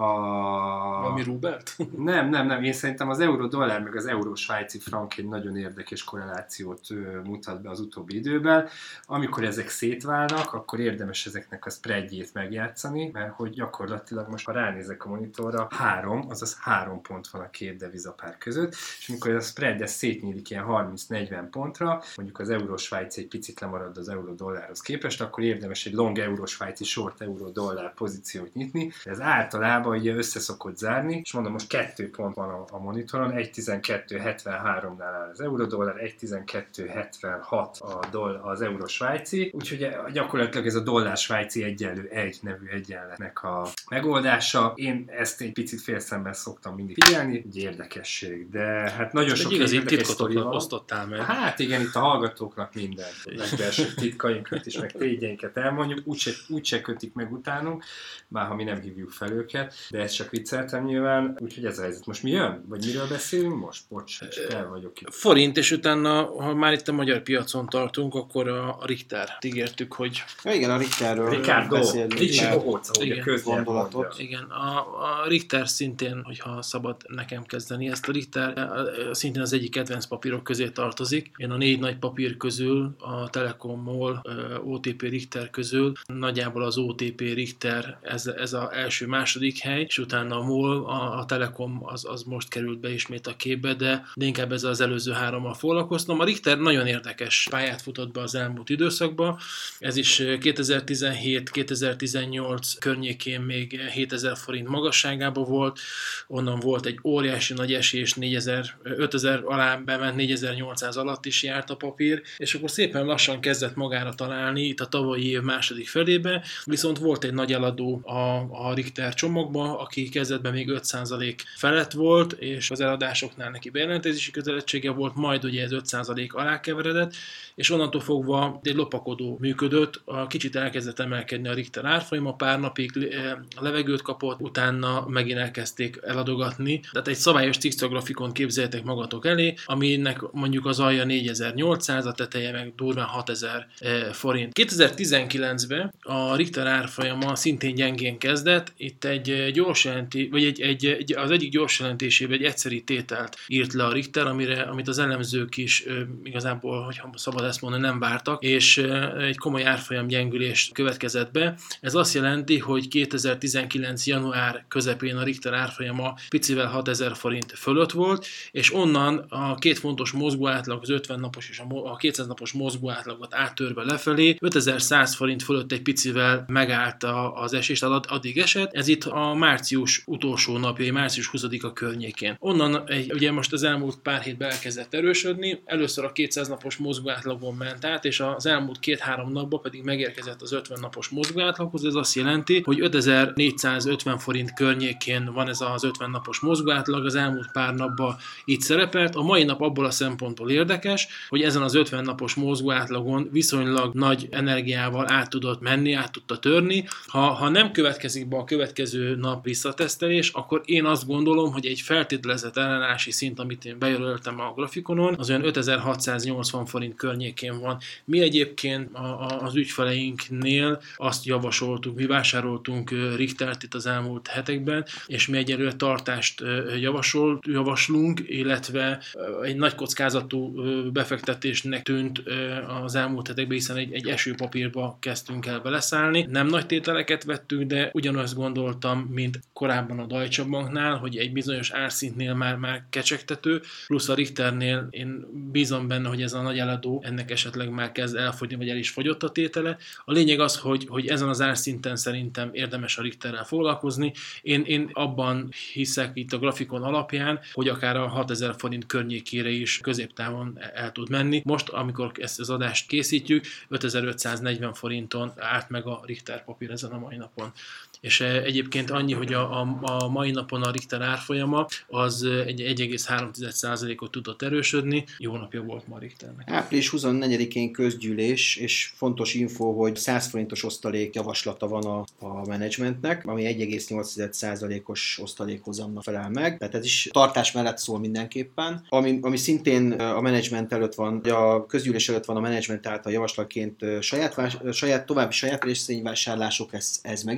Valami rubelt? Nem, nem, nem. Én szerintem az euró-dollár meg az euró-svájci frank egy nagyon érdekes korrelációt mutat be az utóbbi időben. Amikor ezek szétválnak, akkor érdemes ezeknek a spreadjét megjátszani, mert hogy gyakorlatilag most, ha ránézek a monitorra, három, azaz három pont van a két devizapár között, és amikor ez a spread ez szétnyílik ilyen harminc-negyven pontra, mondjuk az euró-svájci egy picit lemarad az euró-dollárhoz képest, akkor érdemes egy long euró-svájci, short euró-dollár pozíciót nyitni. Ez általában ugye össze szokott zárni, és mondom, most kettő pont van a, a monitoron, egy tizenkettő hetvenháromnál áll az euró-dollár, egy tizenkettő hetvenhat a doll, az euró-svájci, úgyhogy gyakorlatilag ez a dollár-svájci egyenlő egy nevű egyenletnek a megoldása. Én ezt egy picit félszemben szoktam mindig figyelni, egy érdekesség, de hát nagyon sok igazi titkokat osztottál meg. Hát igen, itt a hallgatóknak mindent, legbelső titkainkat is, meg tégyeinket elmondjuk, úgyse, úgyse kötik meg utánunk, bár ha mi nem hívjuk fel őket, de ezt csak vicceltem nyilván, úgyhogy ez a helyzet. Most mi jön? Vagy miről beszélünk most? Bocs, el vagyok itt. Forint, és utána, ha már itt a magyar piacon tartunk, akkor a Richter. Ígértük, hogy... Ja, igen, a Richterről Ricardo, beszélünk. Ricsi Bohóc, ahogy igen, a köznyelvondatot. Igen, a, a Richter szintén, hogyha szabad nekem kezdeni, ezt a Richter szintén az egyik kedvenc papírok közé tartozik. Én a négy nagy papír közül, a Telekom, MOL, o té pé Richter közül, nagyjából az o té pé Richter, ez, ez az első, második hely, és utána a MOL, a, a Telekom az, az most került be ismét a képbe, de, de inkább ez az előző hárommal foglalkoztam. A Richter nagyon érdekes pályát futott be az elmúlt időszakban. Ez is kétezer-tizenhét kétezer-tizennyolc környékén még hétezer forint magasságában volt, onnan volt egy óriási nagy esés, négyezer, ötezer alá bement, négyezer-nyolcszáz alatt is járt a papír, és akkor szépen lassan kezdett magára találni itt a tavalyi év második felébe, viszont volt egy nagy eladó a, a Richter csomagban, aki kezdetben még öt százalék felett volt, és az eladásoknál neki bejelentési kötelezettsége volt, majd ugye ez öt százalék alá keveredett, és onnantól fogva egy lopakodó működött, a kicsit elkezdett emelkedni a Richter árfolyama, pár napig levegőt kapott, utána megint elkezdték eladogatni. Tehát egy szabályos cikk-grafikon képzeljétek magatok elé, aminek mondjuk az alja négyezer-nyolcszáz, a teteje meg durván hatezer forint. kétezer-tizenkilencben a Richter árfolyama szintén gyengén kezdett, itt egy gyors jelenti, vagy egy, egy, egy, az egyik gyors jelentésében egy egyszeri tételt írt le a Richter, amire, amit az elemzők is igazából, hogyha szabad ezt mondani, nem vártak, és egy komoly árfolyam gyengülés következett be. Ez azt jelenti, hogy kétezer-tizenkilenc január közepén a Richter árfolyama picivel hatezer forint fölött volt, és onnan a két fontos mozgóátlag, az ötven napos és a kétszáz napos mozgóátlagot áttörve lefelé, ötezer-száz forint fölött egy picivel megállt az esés, addig esett. Ez itt a március utolsó napjai, március huszadika környékén. Onnan egy, ugye most az elmúlt pár hétben elkezdett erősödni, először a kétszáz napos mozgóátlagon ment át, és az elmúlt két-három napban pedig megérkezett az ötven napos mozgóátlaghoz. Ez azt jelenti, hogy ötezer-négyszázötven forint környékén van ez az ötven napos mozgóátlag, az elmúlt pár napban itt szerepelt. A mai nap abból a szempontból érdekes, hogy ezen az ötven napos mozgóátlagon viszonylag nagy energiával át tudott menni, át tudta törni. Ha, ha nem következik be a következő nap visszatesztelés, akkor én azt gondolom, hogy egy feltételezett ellenállási szint, amit én bejelöltem a grafikonon, az olyan ötezer-hatszáznyolcvan forint környékén van. Mi egyébként a, a, az ügyfeleinknél azt javasoltuk, mi vásároltunk Richtert itt az elmúlt hetekben, és mi egyelőre tartást javasolt, javaslunk, illetve egy nagy kockázatú befektetésnek tűnt az elmúlt hetekben, hiszen egy, egy esőpapírba kezdtünk el beleszállni. Nem nagy tételeket vettünk, de ugyanazt gondoltam, mint korábban a Deutsche Banknál, hogy egy bizonyos árszintnél már, már kecsegtető, plusz a Richternél én bízom benne, hogy ez a nagy eladó ennek esetleg már kezd elfogyni, vagy el is fogyott a tétele. A lényeg az, hogy, hogy ezen az árszinten szerintem érdemes a Richterrel foglalkozni. Én, én abban hiszek itt a grafikon alapján, hogy akár a hatezer forint környékére is középtávon el tud menni. Most, amikor ezt az adást készítjük, ötezer-ötszáznegyven forinton állt meg a Richter papír ezen a mai napon. És egyébként annyi, hogy a, a, a mai napon a Richter árfolyama az egy egy egész három százalékot tudott erősödni. Jó napja volt ma a Richternek. április huszonnegyedikén közgyűlés, és fontos info, hogy száz forintos osztalék javaslata van a, a menedzsmentnek, ami egy egész nyolc százalékos osztalékhozamnak felel meg. Tehát ez is tartás mellett szól mindenképpen. Ami, ami szintén a menedzsment előtt van, a közgyűlés előtt van a menedzsment által javaslatként saját, saját további saját részvényvásárlások, ez, ez megint csak a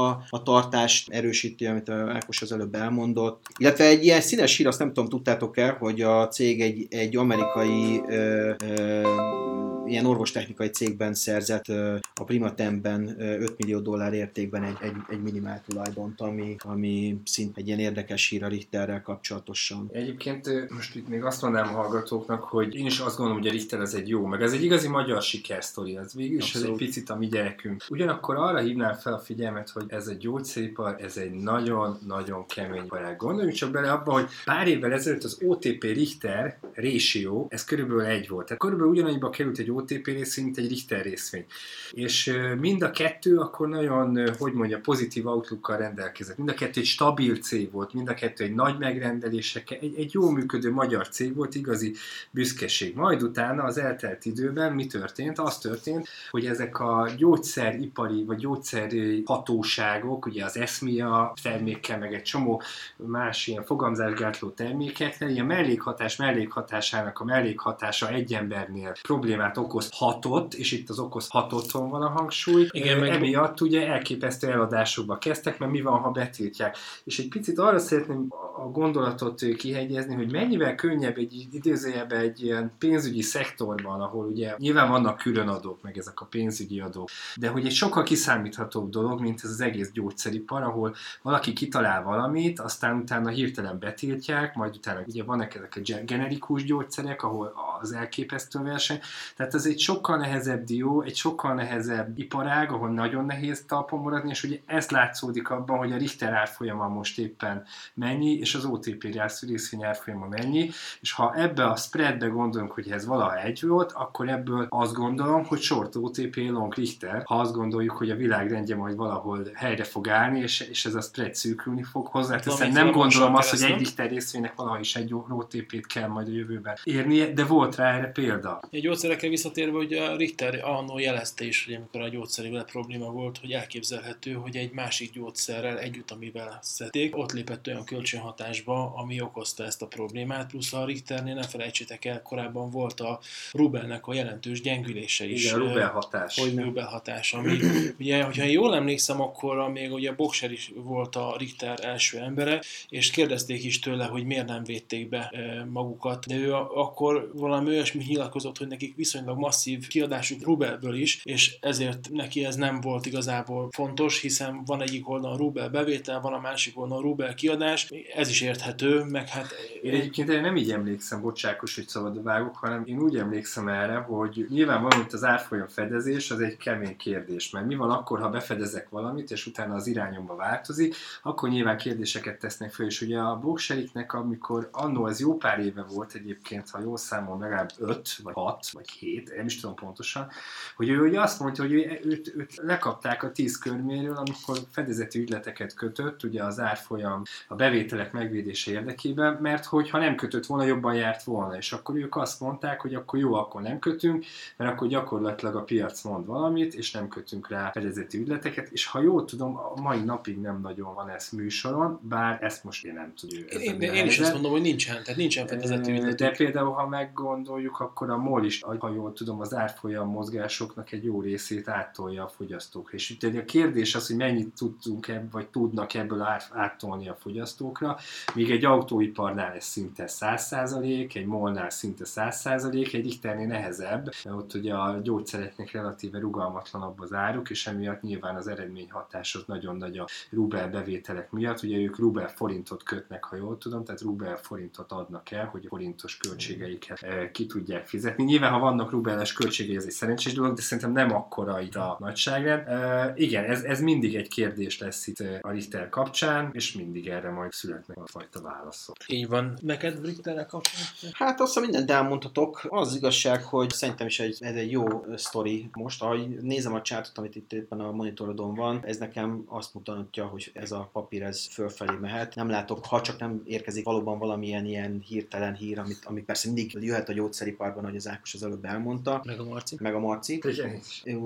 a, a tartást erősíti, amit Ákos az előbb elmondott. Illetve egy ilyen színes hír, azt nem tudom, tudtátok el, hogy a cég egy, egy amerikai ö, ö, ilyen orvostechnikai cégben szerzett a Primatemben öt millió dollár értékben egy, egy, egy minimál tulajdont, ami, ami szint egy ilyen érdekes hír a Richterrel kapcsolatosan. Egyébként most itt még azt mondanám a hallgatóknak, hogy én is azt gondolom, hogy a Richter ez egy jó, meg ez egy igazi magyar sikersztori, ez végül is ez egy picit a mi gyerekünk. Ugyanakkor arra hívnám fel a figyelmet, hogy ez a gyógyszeripar, ez egy nagyon-nagyon kemény iparág. Gondoljunk csak bele abba, hogy pár évvel ezelőtt az o té pé Richter ratio, ez körülbelül egy volt. Tehát körülbelül ugyanannyiba került egy o té pé részvény, mint egy Richter részvény. És mind a kettő akkor nagyon, hogy mondja, pozitív outlookkal rendelkezett. Mind a kettő egy stabil cég volt, mind a kettő egy nagy megrendelésekkel, egy, egy jó működő magyar cég volt, igazi büszkeség. Majd utána az eltelt időben mi történt? Az történt, hogy ezek a gyógyszeripari vagy gyógyszeri hatóságok, ugye az eszmia termékkel, meg egy csomó más ilyen fogamzásgátló termékeknél, ilyen mellékhatás mellékhatásának a mellékhatása egy embernél problémát okozhatott, és itt az okozhatotton van a hangsúly. Igen, meg... Emiatt ugye elképesztő eladásokba kezdtek, mert mi van, ha betiltják. És egy picit arra szeretném a gondolatot kihegyezni, hogy mennyivel könnyebb egy idézőjelben egy ilyen pénzügyi szektorban, ahol ugye nyilván vannak különadók, meg ezek a pénzügyi adók, de hogy egy sokkal kiszámíthatóbb dolog, mint ez az egész gyógyszeripar, ahol valaki kitalál valamit, aztán utána hirtelen betiltják, majd utána ugye vannak ezek a generikus gyógyszerek, ahol az elképesztő verseny. Tehát ez egy sokkal nehezebb dió, egy sokkal nehezebb iparág, ahol nagyon nehéz talpon maradni, és ugye ez látszódik abban, hogy a Richter árfolyama most éppen mennyi, és az o té pé részvény árfolyama mennyi, és ha ebbe a spreadbe gondolunk, hogy ez valaha egy volt, akkor ebből azt gondolom, hogy short o té pé, long Richter, ha azt gondoljuk, hogy a világrendje majd valahol helyre fog állni, és, és ez a spread szűkülni fog. Hozzáteszem, nem gondolom azt, hogy egy Richter részvénynek valaha is egy o té pét kell majd a jövőben érnie, de volt rá erre példa. Egy gyógyszerekkel visszatérve, hogy a Richter annól jelezte is, hogy amikor a gyógyszerével probléma volt, hogy elképzelhető, hogy egy másik gyógyszerrel együtt, amivel szedték, ott lépett olyan kölcsönhatásba, ami okozta ezt a problémát, plusz a Richternél ne felejtsétek el, korábban volt a rubelnek a jelentős gyengülése is. Igen, rubel hatás. Hogy rubel hatás, ami ugye, hogyha jól emlékszem, akkor még ugye Boxer is volt a Richter első embere, és kérdezték is tőle, hogy miért nem védték be magukat, de ő akkor valami olyasmi nyilatkozott, hogy nekik viszonylag masszív kiadásuk rubelből is, és ezért neki ez nem volt igazából fontos, hiszen van egyik oldalon rubel bevétel, van a másik oldalon rubel kiadás, ez is érthető, meg hát... Én egyébként én nem így emlékszem, bocsákos, hogy szabad vágok, hanem én úgy emlékszem erre, hogy nyilvánvalóan itt az árfolyam fedezés az egy kemény kérdés, mert mi van akkor, ha befedezek valamit, és utána az irányomba változik, akkor nyilván kérdéseket tesznek fel, és ugye a Boxeriknek, amikor annó ez jó pár éve volt egyébként, ha jól számol, legalább öt, vagy hat, vagy hét, nem is tudom pontosan, hogy ő ugye azt mondta, hogy ő, őt, őt lekapták a tíz körméről, amikor fedezeti ügyleteket kötött, ugye az árfolyam a bevételek megvédése érdekében, mert hogyha nem kötött volna, jobban járt volna, és akkor ők azt mondták, hogy akkor jó, akkor nem kötünk, mert akkor gyakorlatilag a piac mond valamit, és nem kötünk rá fedezeti ügyleteket, és ha jól tudom, a mai napig nem nagyon van ez műsoron, bár ezt most én nem tudom. Én, én is azt mondom, hogy nincsen, tehát nincsen fedezeti ügyletük. De például, ha meggondoljuk, akkor a MOL is, ha jól tudom, az árfolyam mozgásoknak egy jó részét áttolja a fogyasztókra. És itt a kérdés az, hogy mennyit tudunk ebből, vagy tudnak ebből áttolni a fogyasztókra, míg egy autóiparnál ez szinte száz százalék, egy MOL-nál szinte száz százalék, egy Richternél nehezebb, mert ott ugye a gyógyszereknek relatíve rugalmatlanabb az áruk, és emiatt nyilván az eredményhatás az nagyon nagy a rubel bevételek miatt. Ugye ők rubel forintot kötnek, ha jól tudom, tehát rubel forintot adnak el, hogy a forintos költségeiket ki tudják fizetni. Nyilván, ha vannak rubeles költségei, ez egy szerencsés dolog, de szerintem nem akkora itt a nagyságrend. E, igen, ez, ez mindig egy kérdés lesz itt a Richter kapcsán, és mindig erre majd születnek a fajta válaszok. Így van. Neked Richterrel kapcsán? Hát azt mindent elmondhatok. Az igazság, hogy szerintem is egy, ez egy jó sztori most. Ahogy nézem a csártot, amit itt éppen a monitorodon van, ez nekem azt mutatja, hogy ez a papír ez fölfelé mehet. Nem látok, ha csak nem érkezik valóban valamilyen ilyen hirtelen hír, amit, ami persze mindig jöhet a gyógyszeriparban, ahogy az Ákos az előbb elmondta, elmondta. Meg a Marci. Meg a Marci. Igen.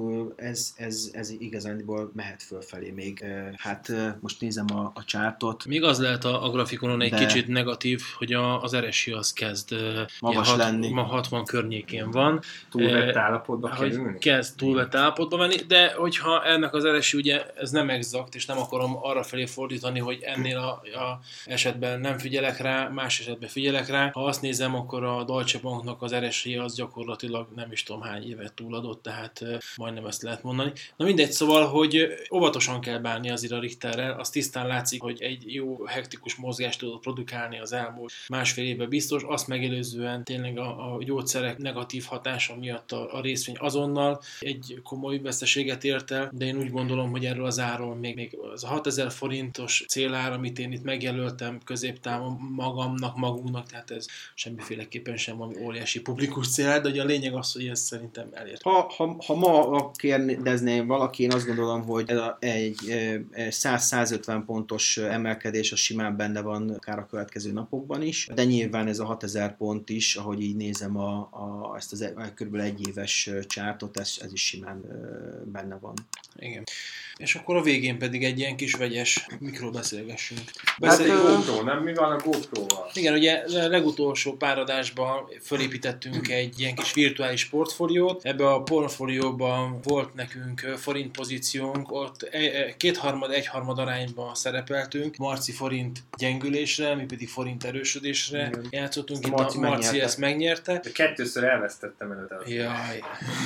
Ez, ez, ez igazándiból mehet fölfelé még. Hát most nézem a, a csártot. Még az lehet a, a grafikonon egy De... kicsit negatív, hogy a, az er es i az kezd magas hat, lenni. Ma hatvan környékén van. Túlvett állapotba kerülni? Kezd túlvett állapotba menni, de hogyha ennek az er es i ugye ez nem exakt, és nem akarom arra felé fordítani, hogy ennél a, a esetben nem figyelek rá, más esetben figyelek rá. Ha azt nézem, akkor a Deutsche Banknak az er es i az gyakorlatilag nem is tudom hány évet túladott, tehát majdnem ezt lehet mondani. Na mindegy, szóval, hogy óvatosan kell bánni azért a Richterrel, az tisztán látszik, hogy egy jó hektikus mozgást tudott produkálni az elmúlt másfél évben biztos, azt megelőzően tényleg a, a gyógyszerek negatív hatása miatt a, a részvény azonnal egy komoly veszteséget ért el, de én úgy gondolom, hogy erről az áról még, még az a hatezer forintos célár, amit én itt megjelöltem középtávon magamnak, magunknak, tehát ez semmiféleképpen sem van óriási publikus cél, de ugye a lényeg az, hogy ez szerintem elért. Ha, ha, ha ma kérdezném valaki, én azt gondolom, hogy ez a, egy száz-százötven pontos emelkedés az simán benne van akár a következő napokban is, de nyilván ez a hatezer pont is, ahogy így nézem a, a, ezt az kb. Egy éves csártot, ez, ez is simán benne van. Igen. És akkor a végén pedig egy ilyen kis vegyes mikről beszélgessünk. Beszéljünk hát, GoPro, nem? Mi van a GoPro-val? Igen, ugye a legutolsó pár adásban fölépítettünk egy ilyen kis virtuális portfóliót. Ebbe a portfólióban volt nekünk forint pozíciónk, ott kétharmad, egyharmad arányban szerepeltünk. Marci forint gyengülésre, mi pedig forint erősödésre igen. játszottunk. Itt Marci a Marci megnyerte. Ezt megnyerte. De kettőször elvesztettem előtt. Jaj.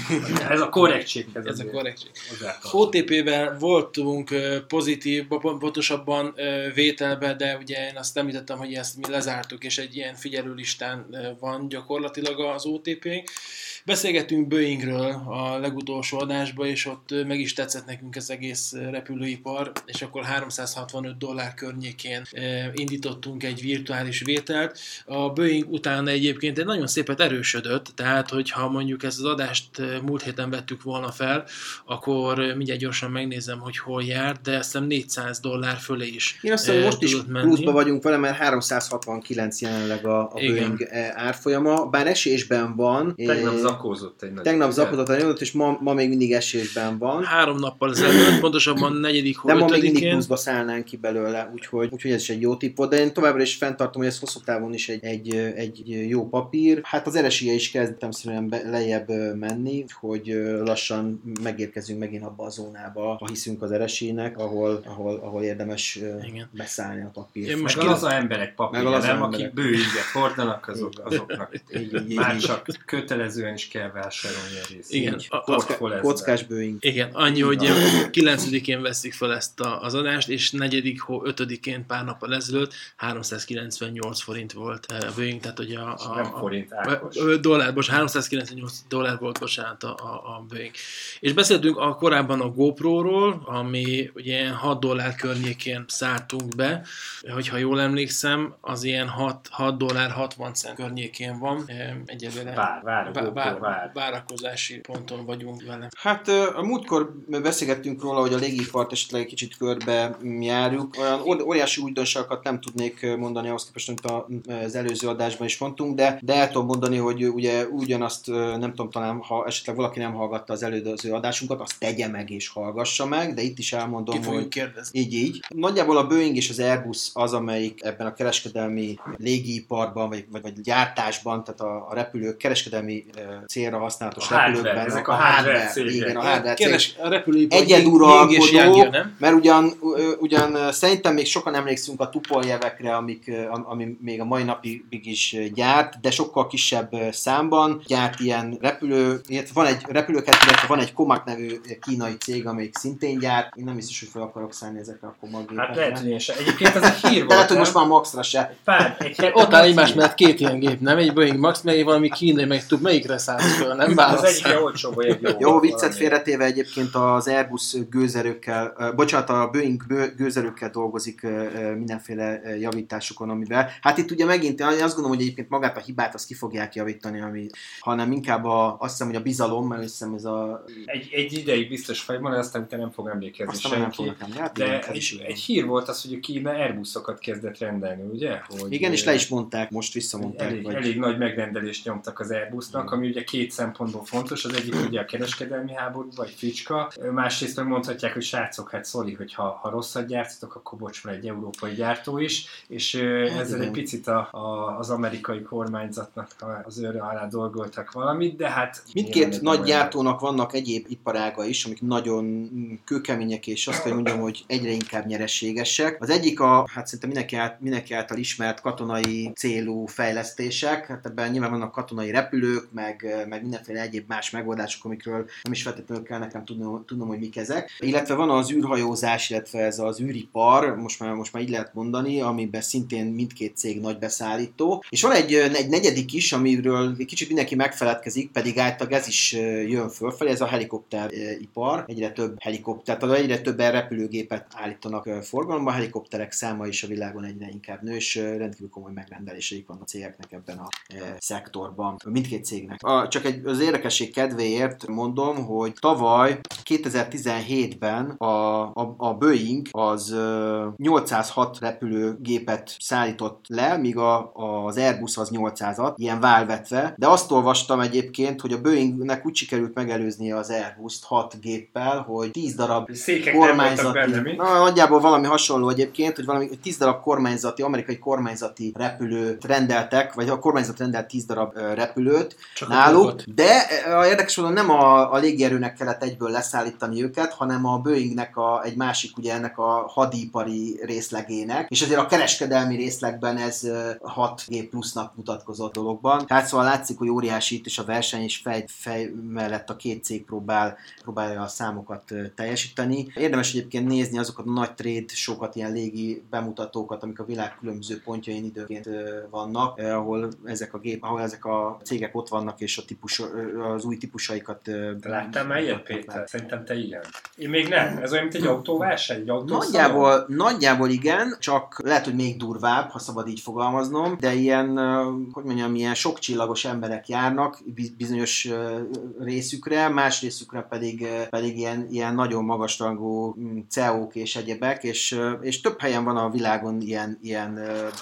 Ez a korrektség. Ez, ez a korrektség. o té pében voltunk pozitív, pontosabban vételbe, de ugye én azt említettem, hogy ezt mi lezártuk, és egy ilyen figyelőlistán van gyakorlatilag az o té pé. Beszélgettünk Boeingről a legutolsó adásban, és ott meg is tetszett nekünk az egész repülőipar, és akkor háromszázhatvanöt dollár környékén indítottunk egy virtuális vételt. A Boeing utána egyébként egy nagyon szépet erősödött, tehát hogyha mondjuk ezt az adást múlt héten vettük volna fel, akkor mindjárt gyorsan megnézem, hogy hol járt, de azt hiszem négyszáz dollár fölé is én azt hiszem, most is pluszba vagyunk vele, mert háromszázhatvankilenc jelenleg a, a Boeing árfolyama, bár esésben van. Tegnap zakózott egy nagy. Tegnap zakózott egy nagyot, és ma, ma még mindig esésben van. Három nappal ezelőtt, pontosabban negyedik hó ötödikén. De ma még mindig pluszba szállnánk ki belőle, úgyhogy, úgyhogy ez is egy jó tipp volt, de én továbbra is fenntartom, hogy ez hosszú távon is egy, egy, egy jó papír. Hát az er es i is kezdtem szerintem lejjebb menni, hogy lassan megérkezünk megint abba a zónába, ha hiszünk az er es i-nek, ahol, ahol, ahol érdemes igen. beszállni a papír. Most meg az emberek papírja, nem? Akik Boeinget hordanak, azok, azoknak így, így, már így, csak kötelezően is kell vásárolni a részét. Igen. A, a, kockás Boeing. Igen, annyi, hogy kilencedikén veszik fel ezt a, az adást, és negyedik hó ötödikén pár nappal ezelőtt háromszázkilencvennyolc forint volt a Boeing, tehát hogy a... a nem forint, Ákos. A, dollár, bocs, háromszázkilencvennyolc dollár volt, bocsánat, a, a, a Boeing. És beszéltünk a, korábban a GoPro-ról, ami ugye hat dollár környékén szálltunk be, hogyha jól emlékszem, az ilyen hat dollár hatvan cent környékén van. Egyelőre vár, vár, vár, vár, vár. várakozási ponton vagyunk vele. Hát a múltkor beszélgettünk róla, hogy a légipart esetleg egy kicsit körbe járjuk. Olyan óriási újdonságokat nem tudnék mondani ahhoz képest, amit az előző adásban is mondtunk, de, de el tudom mondani, hogy ugye ugyanazt nem tudom, talán ha esetleg valaki nem hallgatta az előző adásunkat, azt tegye meg és hallgassa meg, de itt is elmondom, ki hogy kérdezni. így így. Nagyjából a Boeing és az Airbus az, amelyik ebben a kereskedelmi légiiparban, vagy, vagy, vagy gyártásban, tehát a, a repülők kereskedelmi célra használatos a repülőkben. Hardware, ezek a hardware cégek. Igen, a hardware Keres, a repülőipar egyeduralkodó, mert ugyan, ugyan szerintem még sokan emlékszünk a Tupoljevekre, amik, ami még a mai napig is gyárt, de sokkal kisebb számban gyárt ilyen repülő, illetve van egy repülőket, illetve van egy Comac nevű kínai cég, amelyik szintén gyárt. Én nem biztos, hogy fel akarok szállni ezekre a Comac gépekre. Hát lehet, hogy én sem. Egyébként ez egy hír volt. De lehet, hogy most már Maxra se. Pár, egy ott áll egymás mellett két ilyen gép, nem? Egy Boeing Max, meg valami kínai, meg tud, melyikre szállsz föl, nem? Az egyik olcsóbb, vagy egy jó. Jó, viccet félretéve egyébként az Airbus gőzerőkkel, uh, bocsánat, a Boeing gőzerőkkel dolgozik uh, mindenféle uh, javításokon, amivel. Hát itt ugye megint, én azt gondolom, hogy egyébként magát a hibát azt ki fogják javítani, ami, hanem inkább a, azt hiszem, hogy a bizalom, mert azt hiszem ez a... Egy, egy ideig biztos vagy van, aztán utána nem fog emlékezni Aztán senki. nem fognak emlékezni. De igen, ez egy, is így egy van. hír volt az, hogy a Kína Airbusokat kezdett rendelni, ugye? Hogy Igen, és le is mondták, most visszamondták. elég, vagy... elég nagy megrendelést nyomtak az Airbusnak, ami ugye két szempontból fontos. Az egyik ugye a kereskedelmi háború, vagy fricska. Másrészt meg mondhatják, hogy srácok, hát sorry, hogy ha, ha rosszat gyártatok, akkor bocs, van egy európai gyártó is, és hát ezzel igen. Egy picit a, a, az amerikai kormányzatnak az őre alá dolgoltak valamit, de hát... Mindkét nagy gyártónak vannak egyéb iparága is, amik nagyon kőkemények, és azt kell mondjam, hogy egyre inkább nyereségesek. Az egyik a, hát szerintem mindenki, át, mindenki által ismert katonai célú fejlesztések, hát ebben nyilván vannak katonai repülők, meg, meg mindenféle egyéb más megoldások, amikről nem is feltétlenül kell nekem tudnom, tudnom, hogy mik ezek. Illetve van az űrhajózás, illetve ez az űripar, most már, most már így lehet mondani, amiben szintén mindkét cég nagy beszállító. És van egy, egy negyedik is, amiről egy kicsit mindenki megfeledkezik, pedig általában ez is jön fölfelé, ez a helikopteripar. Egyre több helikopter, tehát egyre több repülőgépet állítanak forgalomba, a helikopterek száma is a világon egyre inkább nő, és rendkívül komoly megrendeléseik vannak a cégeknek ebben a e, szektorban, mindkét cégnek. A, csak egy, az érdekesség kedvéért mondom, hogy tavaly kétezer-tizenhétben a, a, a Boeing az nyolcszázhat repülőgépet szállított le, míg a, az Airbus az nyolcszázat, ilyen válvetve, de azt olvastam egyébként, hogy a Boeingnek úgy sikerült megelőznie az Airbust hat géppel, hogy tíz darab székek kormányzati, nem benne, na, nagyjából valami hasonló egyébként, hogy valami tíz darab kormányzati, amerikai kormányzati repülőt rendeltek, vagy a kormányzat rendelt tíz darab repülőt csak náluk, de a érdekes módon nem a, a légierőnek kellett egyből leszállítani őket, hanem a Boeingnek a, egy másik, ugye ennek a hadipari részlegének, és azért a kereskedelmi részlegben ez hat gép plusznak mutatkozott dologban. Tehát szóval látszik, hogy óriási itt is a verseny, és fej, fej mellett a két cég próbál, próbálja a számokat teljesíteni. Érdemes egyébként nézni azokat a nagy trade sokat, ilyen légi bemutatókat, amik a világ különböző pontjain időként vannak, ahol ezek a gép, ahol ezek a cégek ott vannak, és a típus, az új típusaikat... Láttál már ilyet, Péter? Szerintem te igen. Én még nem. Ez olyan, mint egy autóverseny, egy autószalon? Nagyjából, nagyjából igen, csak lehet, hogy még durvább, ha szabad így fogalmaznom, de ilyen, hogy mondjam, ilyen sokcsillagos emberek járnak bizonyos részükre, más részükre pedig, pedig ilyen, ilyen nagyon magasrangú cé e ó-k és egyebek, és, és több helyen van a világon ilyen, ilyen,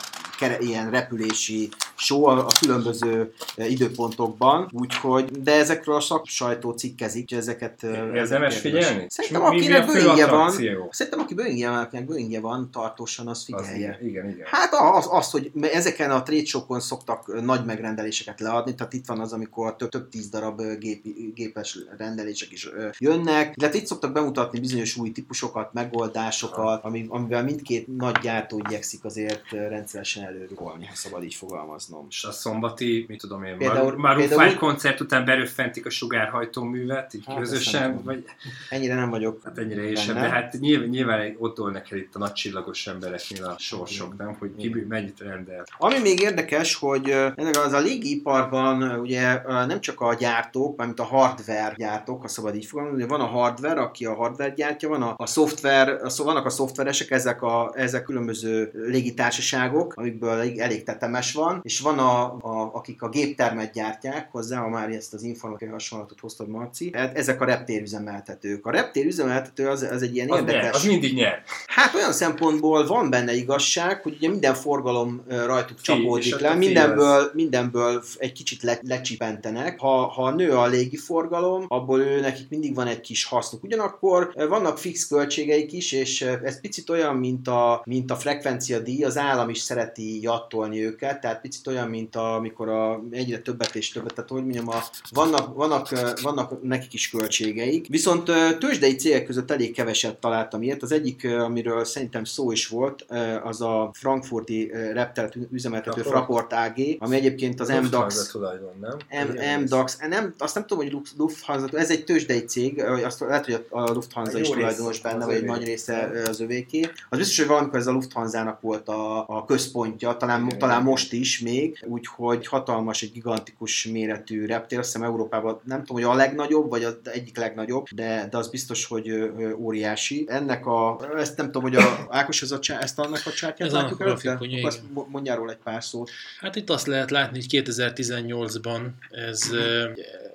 ilyen repülési show a különböző időpontokban, úgyhogy, de ezekről a szaksajtó cikkezik, ezeket... Érdemes figyelni? Szerintem akinek Boeingje van, szerintem aki Boeingje van, akinek Boeingje van tartósan, az figyelje. Az, igen, igen. Hát az, az, hogy ezeken a trade show-kon szoktak nagy megrendeléseket leadni, tehát itt van az, amikor több, több tíz darab gép, gépes rendelések is jönnek, illetve itt szoktak bemutatni bizonyos új típusokat, megoldásokat, amivel mindkét nagy gyártó igyekszik azért rendszeresen előrúgolni, ha szabad így fogalmazni. És a szombati, mit tudom én, például, Maroon öt koncert után beröffentik a sugárhajtóművet, így hát közösen, vagy... Ennyire nem vagyok. Hát ennyire én sem, de hát nyilván, nyilván ott dől neked itt a nagy csillagos embereknél a sorsok, nem? Hogy ki mennyit rendel. Ami még érdekes, hogy ennek az a légiiparban ugye nem csak a gyártók, mármint a hardware gyártók, ha szabad így fogalmazni, van a hardware, aki a hardware gyártja, van a, a szoftver, vannak a szoftveresek, ezek a ezek különböző légitársaságok, amikből elég, elég tetemes van, és van a, a, akik a géptermet gyártják hozzá, ha már ezt az informatikai hasonlatot hoztad, Marci. Ezek a reptérüzemeltetők. A reptérüzemeltető az, az egy ilyen az érdekes... Nyer, az mindig nyer. Hát olyan szempontból van benne igazság, hogy ugye minden forgalom rajtuk Fi, csapódik le, mindenből, mindenből egy kicsit le, lecsipentenek. Ha, ha nő a légiforgalom, abból ő, nekik mindig van egy kis hasznuk. Ugyanakkor vannak fix költségeik is, és ez picit olyan, mint a, mint a frekvencia díj, az állam is szereti jattolni őket, tehát picit olyan, mint a, amikor a, egyre többet és többet, tehát hogy mondjam, a, vannak, vannak, vannak nekik is költségeik. Viszont tőzsdei cégek között elég keveset találtam ilyet. Az egyik, amiről szerintem szó is volt, az a frankfurti repteret üzemeltető Fraport á gé, ami egyébként az em dax tulajdon, nem? em dax, nem, azt nem tudom, hogy Lufthansa, ez egy tőzsdei cég, azt lehet, hogy a Lufthansa is tulajdonos benne, vagy egy nagy része az övéké. Az biztos, hogy valamikor ez a Lufthansának volt a, a központja, talán, talán most is még, úgyhogy hatalmas, egy gigantikus méretű reptér, azt hiszem Európában nem tudom, hogy a legnagyobb, vagy az egyik legnagyobb, de, de az biztos, hogy óriási. Ennek a, ezt nem tudom, hogy a Ákos, az a csá, ezt annak a csártyát ez látjuk előtte? Azt mondjál róla egy pár szót. Hát itt azt lehet látni, hogy kétezer-tizennyolcban ez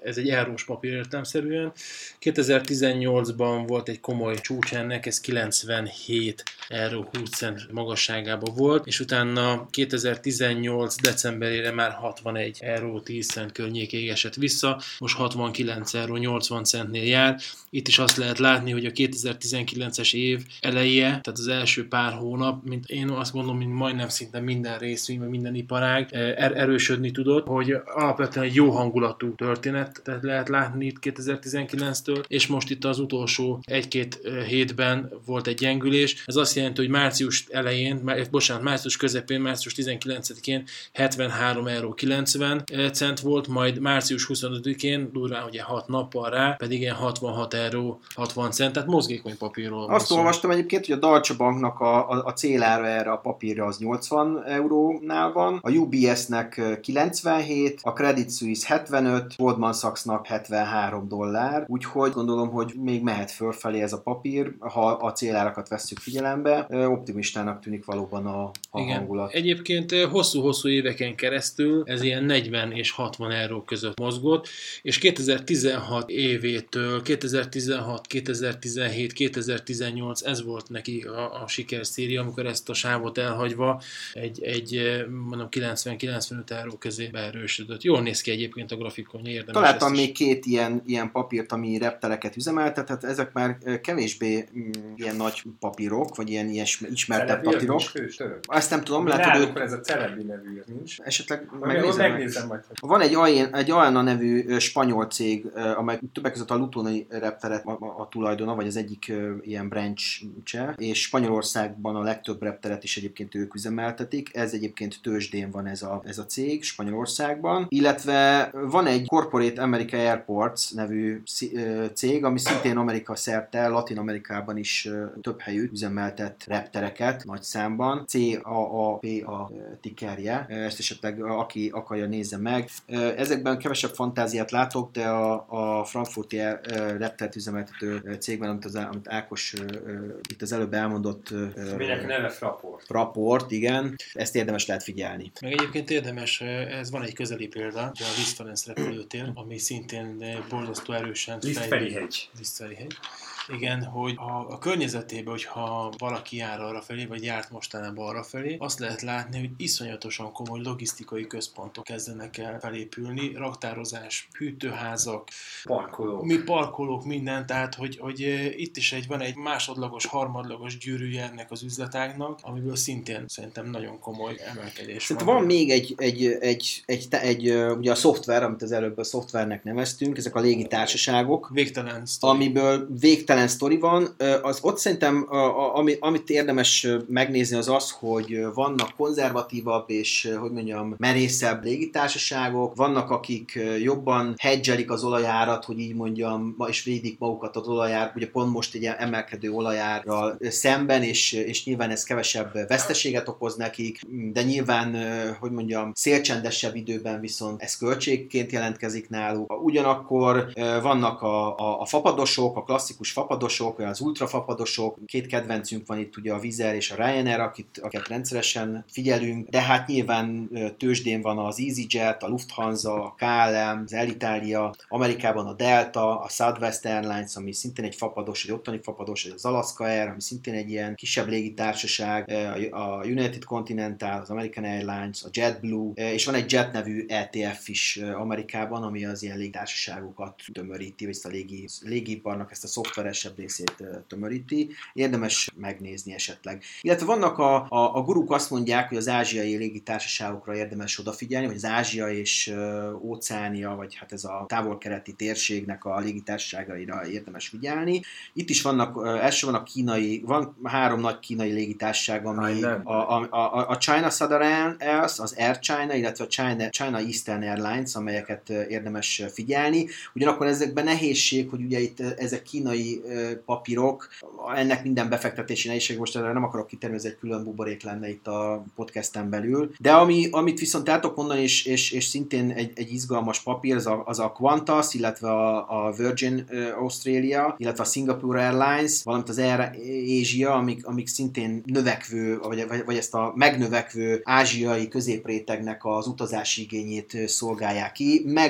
ez egy eurós papír értelemszerűen. kétezer-tizennyolcban volt egy komoly csúcs ennek, ez kilencvenhét euró húsz cent magasságában volt, és utána kétezer-tizennyolc decemberére már hatvanegy euró tíz cent környékéig esett vissza, most hatvankilenc euró nyolcvan centnél jár. Itt is azt lehet látni, hogy a kétezer-tizenkilences év eleje, tehát az első pár hónap, mint én azt gondolom, mint majdnem szinte minden részvény, vagy minden iparág er- erősödni tudott, hogy alapvetően egy jó hangulatú történetet lehet látni itt kétezer-tizenkilenctől, és most itt az utolsó egy-két hétben volt egy gyengülés. Ez azt jelenti, hogy március elején, bocsánat, március közepén, március tizenkilencedikén hetvenhárom euró kilencven cent volt, majd március huszonötödikén, durván ugye hat nappal rá, pedig ilyen hatvanhat euró hatvan cent, tehát mozgékony papírról. Azt olvastam egyébként, hogy a Deutsche Banknak a, a, a célára erre a papírra az nyolcvan eurónál van, a U B S-nek kilencvenhét, a Credit Suisse hetvenöt, Goldman Sachsnak hetvenhárom dollár, úgyhogy gondolom, hogy még mehet fölfelé ez a papír, ha a célárakat vesszük figyelembe. Optimistának tűnik valóban a, a Igen. hangulat. Egyébként hosszú-hosszú éveken keresztül ez ilyen negyven és hatvan euró között mozgott, és kétezer-tizenhat évétől kétezer-tizenhat, kétezer-tizenhét, kétezer-tizennyolc ez volt neki a, a sikerszéria, amikor ezt a sávot elhagyva egy, egy mondom kilencven-kilencvenöt euró közé beerősödött. Jól néz ki egyébként a grafikonja, érdemes. Találtam még két ilyen, ilyen papírt, ami reptereket üzemeltet, hát ezek már kevésbé mm, ilyen nagy papírok, vagy ilyen, ilyen ismertebb papírok. Ezt nem tudom, lehet, hogy ők... ez a Celebi nevű, nincs? Esetleg megnézem, megnézem majd. Van egy olyan, egy olyan nevű spanyol cég, amely többek között a Lutoni repteret a, a, a tulajdona, vagy az egyik ilyen branch-e, és Spanyolországban a legtöbb repteret is egyébként ők üzemeltetik. Ez egyébként tőzsdén van ez a, ez a cég Spanyolországban, illetve van egy Corporate America Airports nevű cég, ami szintén Amerika szerte, Latin Amerikában is több helyütt üzemeltet reptereket nagy számban. C A A P a tickerje, ezt esetleg aki akarja nézze meg. Ezekben kevesebb fantáziát látok, de a, a frankfurti reptert üzemeltető cégben, amit, az, amit Ákos itt az előbb elmondott. Minek a neve Fraport. Fraport, igen. Ezt érdemes lehet figyelni. Meg egyébként érdemes, ez van egy közeli példa, a Liszt-Ferenc repülőtér, ami szintén borzasztó erősen Liszt-Ferihegy. Liszt-Ferihegy. Igen, hogy a, a környezetében, hogyha valaki jár arrafelé, vagy járt mostanában arrafelé, azt lehet látni, hogy iszonyatosan komoly logisztikai központok kezdenek el felépülni, raktározás, hűtőházak, parkolók, mi parkolók, minden, tehát hogy, hogy itt is egy, van egy másodlagos, harmadlagos gyűrűje ennek az üzletágnak, amiből szintén szerintem nagyon komoly emelkedés Szerintem van. Van még egy, egy, egy, egy, egy, ugye a szoftver, amit az előbb a szoftvernek neveztünk, ezek a légitársaságok, végtelen sztori. Amiből végtelen sztori van. Az ott szerintem, ami, amit érdemes megnézni, az az, hogy vannak konzervatívabb és, hogy mondjam, merészebb légitársaságok, vannak, akik jobban hedgelik az olajárat, hogy így mondjam, és védik magukat az olajár, ugye pont most egy emelkedő olajárral szemben, és, és nyilván ez kevesebb veszteséget okoz nekik, de nyilván, hogy mondjam, szélcsendesebb időben viszont ez költségként jelentkezik náluk. Ugyanakkor vannak a, a, a fapadosok, a klasszikus fapadosok, az ultrafapadosok, két kedvencünk van itt ugye a Wizz Air és a Ryanair, akit, akiket rendszeresen figyelünk, de hát nyilván tőzsdén van az EasyJet, a Lufthansa, a K L M, az Alitalia, Amerikában a Delta, a Southwest Airlines, ami szintén egy fapados, egy ottani fapados, az Alaska Air, ami szintén egy ilyen kisebb légitársaság, a United Continental, az American Airlines, a JetBlue, és van egy Jet nevű E T F is Amerikában, ami az ilyen légitársaságokat tömöríti, vagy ezt a légi, légiparnak ezt a szoftveresebb részét tömöríti. Érdemes megnézni esetleg. Illetve vannak a, a, a guruk azt mondják, hogy az ázsiai légitársaságokra érdemes odafigyelni, hogy az Ázsia és uh, Óceánia, vagy hát ez a távol-keleti térségnek a légitársaságaira érdemes figyelni. Itt is vannak, uh, első van a kínai, van három nagy kínai légitársaság, ami a, a, a, a China Southern Airlines, az Air China, illetve a China, China Eastern Airlines, amelyeket érdemes figyelni. Ugyanakkor ezekben nehézség, hogy ugye itt ezek kínai papírok, ennek minden befektetési nehézség, most erre nem akarok kitérni, ez egy külön buborék lenne itt a podcasten belül. De ami, amit viszont el tudok mondani, és, és, és szintén egy, egy izgalmas papír, az a, az a Qantas, illetve a, a Virgin Australia, illetve a Singapore Airlines, valamint az Air Asia, amik, amik szintén növekvő, vagy, vagy, vagy ezt a megnövekvő ázsiai középrétegnek az utazási igényét szolgálják ki, meg nyilván nem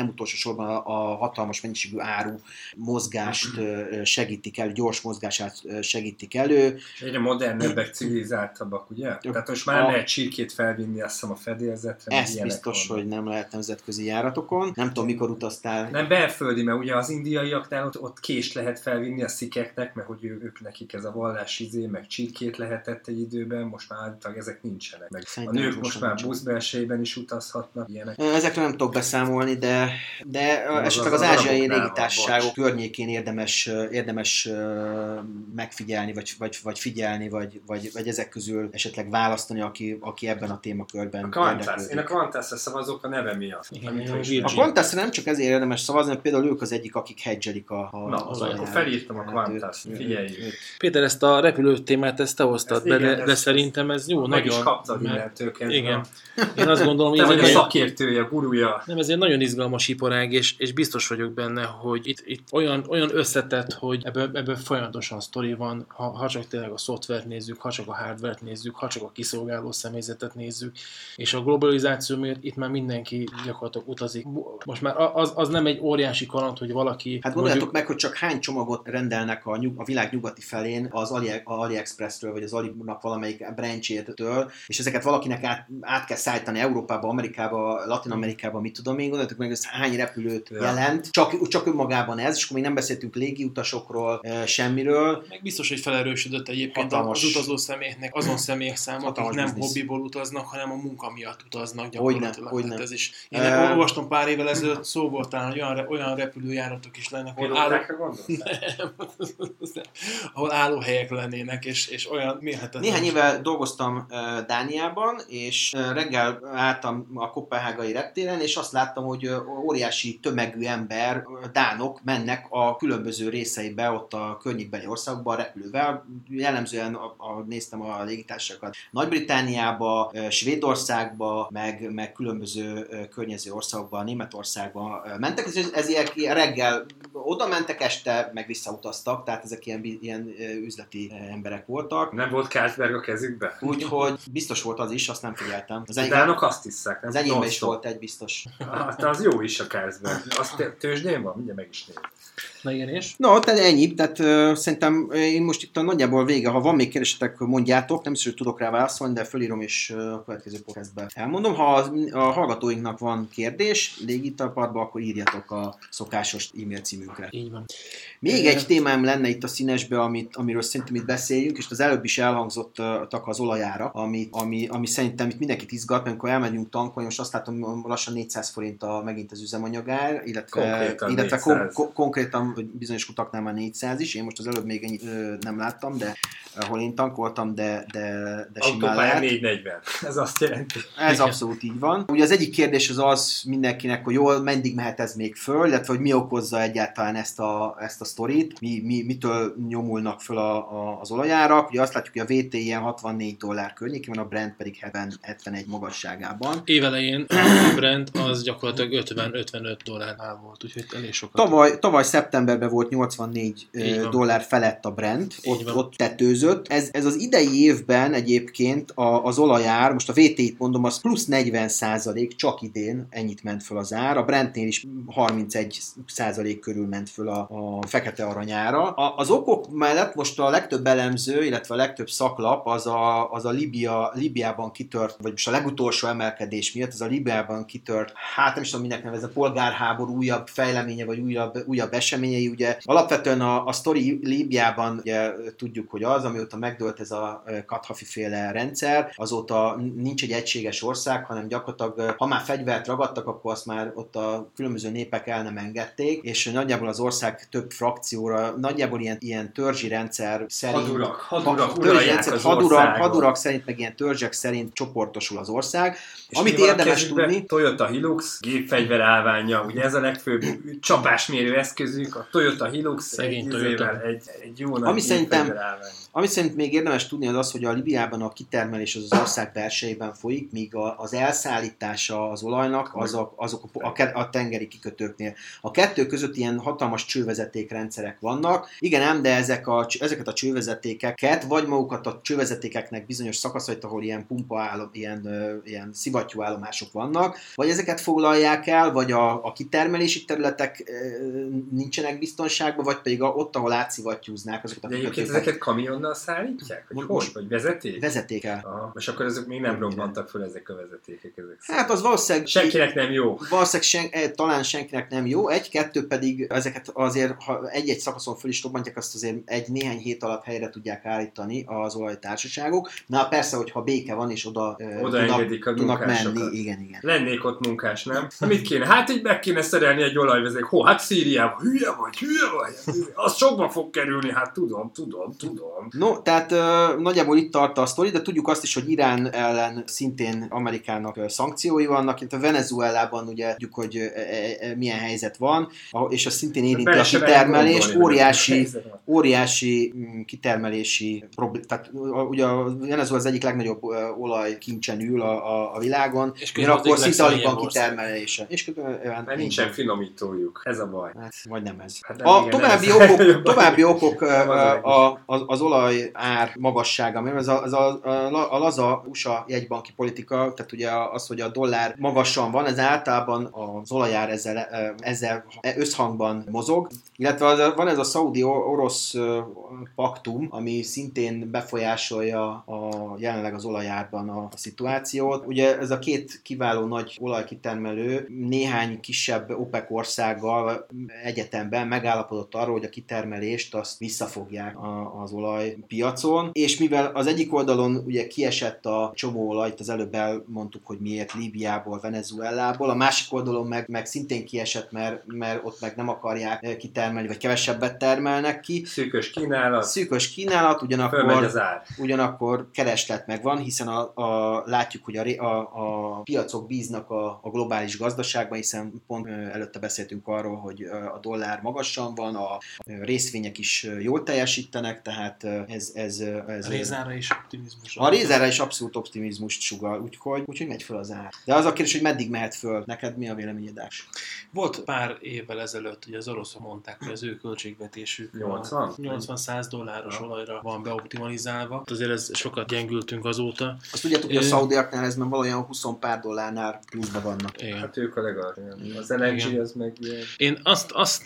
nem utolsó sorban a, a hatalmas mennyiségű áru mozgást segítik elő, gyors mozgását segítik elő. Egyre modernebbek, civilizáltabbak, ugye? Tehát most már nem lehet csirkét felvinni, azt hiszem, a fedélzetre. Ez biztos, vannak. Hogy nem lehet nemzetközi járatokon. Nem tudom, mikor utaztál. Nem belföldi, mert ugye az indiaiaknál ott, ott kést lehet felvinni a szikeknek, mert hogy ő, ők nekik ez a vallás izé, meg csirkét lehetett egy időben, most már állítólag ezek nincsenek. Meg a nők most, most már buszbelsejében is utazhatnak, ilyenek. Ezekről nem tudok beszámolni, de, de esetleg az, az ázsiai légitársaságok környékén érdemes, érdemes megfigyelni, vagy, vagy, vagy figyelni, vagy, vagy, vagy ezek közül esetleg választani, aki, aki ebben a témakörben érdeklődik. Én a Qantasra szavazok a neve miatt. Igen, a Qantasra nem csak ezért érdemes szavazni, mert például ők az egyik, akik hedgelik a, a Na, az akkor felírtam a Qantaszt, figyeljük. Péter, ezt a repülő témát, ezt te hoztad be, de, de szerintem ez jó, meg nagyon... Meg is kaptad innentől kezdve. Igen. Én azt gondolom, hogy... Te vagy a szakértője, gurúja. Nem, ez egy nagyon izgalmas iparág, és, és biztos vagyok benne, hogy itt, itt olyan, olyan összetett, hogy ebből, ebből folyamatosan sztori van, ha, ha csak tényleg a szoftvert nézzük, ha csak a hardvert nézzük, ha csak a kiszolgáló személyzetet nézzük, és a globalizáció miatt itt már mindenki gyakorlatilag utazik. Most már az, az nem egy óriási kaland, hogy valaki... Hát gondoljátok mondjuk... meg, hogy csak hány csomagot rendelnek a, nyug, a világ nyugati felén az Ali, a AliExpress-ről, vagy az Ali-nak valamelyik branch-től, és ezeket valakinek át, át kell szállítani Európába, Amerikába, Latin-Amerikába, mit tudom én, gondoljátok meg, ez hány repülőt ja. jelent. Csak, csak önmagában ez, és akkor még nem beszéltünk légiutasokról, e, semmiről. Meg biztos, hogy felerősödött egyébként hatalmas, az utazó személyeknek azon személyek száma, akik nem biznisz. hobbiból utaznak, hanem a munka miatt utaznak gyakorlatilag. Hogyne, hogyne. Ez is. Én e... olvastam pár évvel ezelőtt, szó volt talán, hogy olyan, olyan repülőjáratok is lennek, ahol, álló... ahol állóhelyek lennének, és, és olyan mérhetetlen. Néhány évvel dolgoztam uh, Dániában, és uh, reggel álltam a koppenhágai reptéren, és azt láttam, hogy uh, óriási tömegű ember, uh, dánok mennek a különböző részeibe, ott a környékbeli országokba a repülővel. Jellemzően a, a, néztem a légitársaságokat Nagy-Britanniába, uh, Svédországba, meg, meg különböző uh, környező országokba, Németországba uh, mentek. Ez, ez ilyen reggel oda mentek, este meg visszautaztak, tehát ezek ilyen, ilyen uh, üzleti uh, emberek voltak. Nem volt Carlsberg a kezükben? Úgyhogy biztos volt az is, azt nem figyeltem. Az enyém, dánok azt hiszek. Az enyémben is volt egy biztos. Hát az jó is a Carlsberg. Azt tőzsdén van? Mindjárt meg is nézem. Na igen, és? No, tehát ennyi, tehát uh, szerintem én most itt a nagyjából vége, ha van még kérdésetek, mondjátok, nem biztos, hogy tudok rá válaszolni, de fölírom és uh, a következő podcastben elmondom. Ha a, a hallgatóinknak van kérdés légitapartban, akkor írjatok a szokásos e-mail címünkre. Így van. Még egy témám lenne itt a színesbe, amit, amiről szerintem itt beszéljünk, és az előbb is elhangzottak az olajára, ami, ami, ami szerintem itt mindenkit izgat, mert amikor elmegyünk tankolni, most azt látom, lassan négyszáz forint a, megint az üzemanyagár, illetve konkrétan, illetve kon, kon, konkrétan bizonyos kutaknál már négyszáz is, én most az előbb még ennyit ö, nem láttam, de ahol én tankoltam, de, de, de simán lehet. négyszáznegyven, ez azt jelenti. Ez abszolút így van. Ugye az egyik kérdés az az mindenkinek, hogy jól, meddig mehet ez még föl, illetve hogy mi okozza egyáltalán ezt a, ezt a sztorit, mi, mi, mitől nyomulnak föl a, a, az olajárak. Ugye azt látjuk, hogy a vé té ilyen hatvannégy dollár környékén van, a Brent pedig hetvenegy magasságában. Évelején a Brent az gyakorlatilag ötven-ötvenöt dollárnál volt, úgyhogy elég sokat. Tavaly, tavaly szeptemberben volt nyolcvannégy dollár felett a Brent, ott, ott tetőzött. Ez, ez az idei évben egyébként a, az olajár, most a vé té-t mondom, az plusz negyven százalék, csak idén ennyit ment föl az ár. A Brentnél is harmincegy százalék körül ment föl a, a fekete aranyára. A, az okok mellett most a legtöbb elemző, illetve a legtöbb szaklap az a, az a Libia, Libiában kitört, vagy most a legutolsó emelkedés miatt, az a Libiában kitört, hát nem is tudom, minek nevez, a polgárháború újabb fejleménye, vagy újabb, újabb eseményei. Ugye alapvetően a, a sztori Líbiában ugye, tudjuk, hogy az, amióta megdőlt ez a Kadhafi féle rendszer, azóta nincs egy egységes ország, hanem gyakorlatilag, ha már fegyvert ragadtak, akkor azt már ott a különböző népek el nem engedték, és nagyjából az ország több frakcióra, nagyjából ilyen, ilyen törzsi rendszer szerint, hadurak, hadurak, ha, törzsi rendszer, hadurak, hadurak szerint, meg ilyen törzsek szerint csoportosul az ország. És amit érdemes tudni... Toyota Hilux gépfegyver állványa, ugye ez a legfőbb csapásmérő eszközünk, a Toyota Hilux egy, egy, egy jó nagy ami szerintem, állvány. Ami szerint még érdemes tudni az az, hogy a Libiában a kitermelés az az ország belsejében folyik, míg az elszállítása az olajnak az a, azok a, a, a tengeri kikötőknél. A kettő között ilyen hatalmas csővezetékrendszerek vannak. Igen ám, de ezek a, ezeket a csővezetékeket, vagy magukat a csővezetékeknek bizonyos szakaszait, ahol ilyen pumpaállom, ilyen, ilyen szivattyúállomások vannak, vagy ezeket foglalják el, vagy a, a kitermelési területek nincsenek biztonságban, vagy pedig a, ott, ahol átszivattyúznák azokat a de egyébként ezeket kamionnal szállítják? Vagy most, hogy? Vagy vezeték? Vezetékkel. Aha. És akkor ezek még nem robbantak föl ezek a vezetékek. Ezek hát az valószínűleg... Senkinek nem jó. Valószínűleg sen, talán senkinek nem jó. Egy-kettő pedig ezeket azért, ha egy-egy szakaszon föl is robbantják, azt azért egy néhány hét alatt helyre tudják állítani az olajtársaságok. Na persze, hogyha béke van, és oda, oda engedik a tudnak munkásokat. menni. Igen, igen. Lennék ott munkás, nem? Mit kéne? Hát így meg kéne szerelni egy olajvezeték. Hó, hát Szíriában. Hülye vagy, hülye vagy. Az sokba fog kerülni, hát tudom, tudom, tudom. No, tehát uh, nagyjából itt tart a sztori, de tudjuk azt is, hogy Irán ellen szintén Amerikának uh, szankciói vannak, itt a Venezuelában ugye tudjuk, hogy uh, uh, milyen helyzet van, és az szintén érinti a kitermelést, óriási, óriási um, kitermelési problém, tehát uh, ugye a Venezuela az egyik legnagyobb uh, olajkincsen ül a, a, a világon, és akkor szinte alig van kitermelése. És uh, mert nincsen finomítójuk, ez a baj. Hát, vagy nem ez. Hát nem a igen, további, ez okok, további okok uh, a, a, az olaj ár magassága, mert ez a, ez a, a, a laza u es á jegybanki politika, tehát ugye az, hogy a dollár magasan van, ez általában az olajár ezzel, ezzel összhangban mozog, illetve az, van ez a szaudi-orosz paktum, ami szintén befolyásolja a, jelenleg az olajárban a, a szituációt. Ugye ez a két kiváló nagy olajkitermelő néhány kisebb OPEC országgal egyetemben megállapodott arról, hogy a kitermelést azt visszafogják a, az olajpiacon, és mivel az egyik oldalon ugye kiesett a csomó olajt, az előbb elmondtuk, hogy miért Líbiából, Venezuelából, a másik oldalon meg, meg szintén kiesett, mert, mert ott meg nem akarják kitermelni, vagy kevesebbet termelnek ki. Szűkös kínálat. Szűkös kínálat, ugyanakkor, az ár. ugyanakkor kereslet meg van, hiszen a, a, látjuk, hogy a, a, a piacok bíznak a, a globális gazdaságban, hiszen pont előtte beszéltünk arról, hogy a dollár magasan van, a részvények is jól teljesítenek, tehát ez... ez, ez a rézára is optimizmus. A rézára is abszolút optimizmust sugal, úgyhogy, úgyhogy megy föl az ár. De az a kérdés, hogy meddig mehet föl? Neked mi a véleményed, Ás? Volt pár évvel ezelőtt, hogy az oroszok mondták, hogy az ő költségvetésük nyolcvan nyolcvan-száz dolláros olajra van beoptimalizálva. Azért ez sokat gyengültünk azóta. Azt tudjátok, hogy a szaudiaknál ez már valójában húsz pár dollárnál pluszban vannak. Igen. Hát ők a legalacsonyabb. Az en gé az meg... Én azt, azt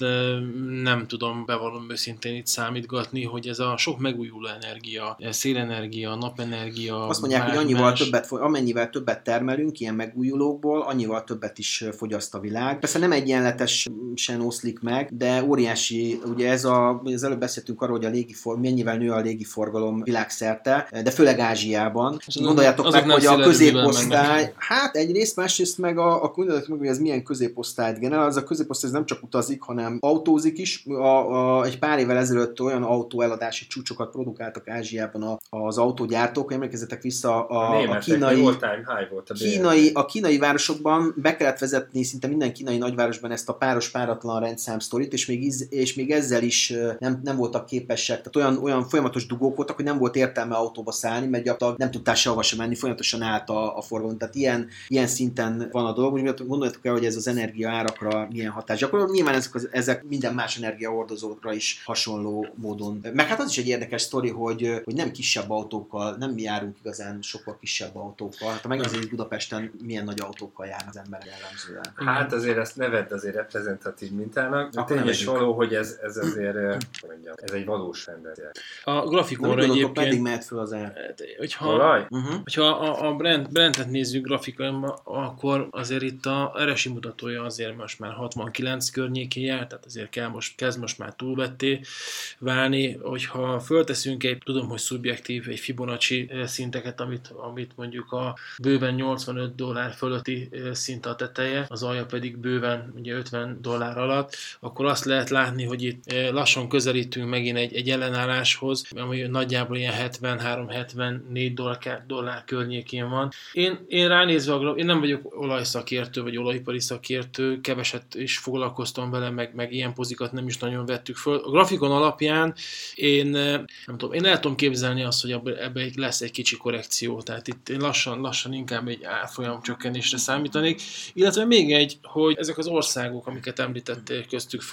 nem tudom, bevallom őszintén itt számítgatni, hogy ez a sok megújuló energia, szélenergia, napenergia... Azt mondják, hogy annyival más... többet, amennyivel többet termelünk ilyen megújulókból, annyival többet is fogyaszt a világ. Persze nem egyenletesen oszlik meg, de óriási, ugye ez a, az előbb beszéltünk arról, hogy a légifor, mennyivel nő a légiforgalom világszerte, de főleg Ázsiában. Gondoljátok azok meg, hogy a középosztály, hát egyrészt, másrészt meg a, a gondoljátok meg, hogy ez milyen középosztályt generál, az a középosztály nem csak utazik, hanem autózik is. A, a, egy pár évvel ezelőtt olyan autóeladási csúcsokat produkáltak Ázsiában a, az autógyártók, emlékezzetek vissza a, a, a kínai, volt a, kínai, a kínai városokban be kellett vezetni szinte minden kínai nagyvárosban ezt a páros-páratlan rendszámsztorit, és még, iz, és még ezzel is nem, nem voltak képesek, tehát olyan, olyan folyamatos dugók voltak, hogy nem volt értelme autóba szállni, mert gyakorlatilag nem tudtál sehova sem menni, folyamatosan állt a, a forgalom. Tehát ilyen, ilyen szinten van a dolog, úgyhogy gondoljátok el, hogy ez az energia árakra milyen hatás gyakorol. Nyilván ezek, az, ezek minden más energiahordozókra is hasonló módon. Meg hát az is egy érdekes sztori, hogy, hogy nem kisebb autókkal, nem mi járunk igazán sokkal kisebb autókkal. Hát ha megnézzük Budapesten milyen nagy autókkal jár az emberek jellemzően. Hát azért ezt ne vedd azért reprezentatív mintának, de tényleg is való, hogy ez, ez azért, mondjam, ez egy valós tendencia. A grafikonra egyébként... Meddig mehet föl az ár? Hogyha, uh-huh. hogyha a, a Brent, Brentet nézzük grafikonban, akkor azért itt a er es i mutatója azért most már hatvankilenc környékén jár, tehát azért kell most, kezd most már túlvetté válni, hogyha fölteszünk egy, tudom, hogy szubjektív, egy Fibonacci szinteket, amit, amit mondjuk a bőven nyolcvanöt dollár fölötti szint a teteje, az alja pedig bőven ugye ötven dollár alatt, akkor azt lehet látni, hogy itt lassan közelítünk megint egy, egy ellenálláshoz, ami nagyjából ilyen hetvenhárom-hetvennégy dollár, dollár környékén van. Én, én ránézve, a, én nem vagyok olajszakértő, vagy olajipari szakértő, keveset is foglalkoztam vele, meg, meg ilyen pozikat nem is nagyon vettük föl. A grafikon alapján én nem tudom, én el tudom képzelni azt, hogy ebbe lesz egy kicsi korrekció, tehát itt én lassan, lassan inkább egy árfolyam csökkenésre számítanék, illetve még egy, hogy ezek az országok, amiket említettél köztük, főleg én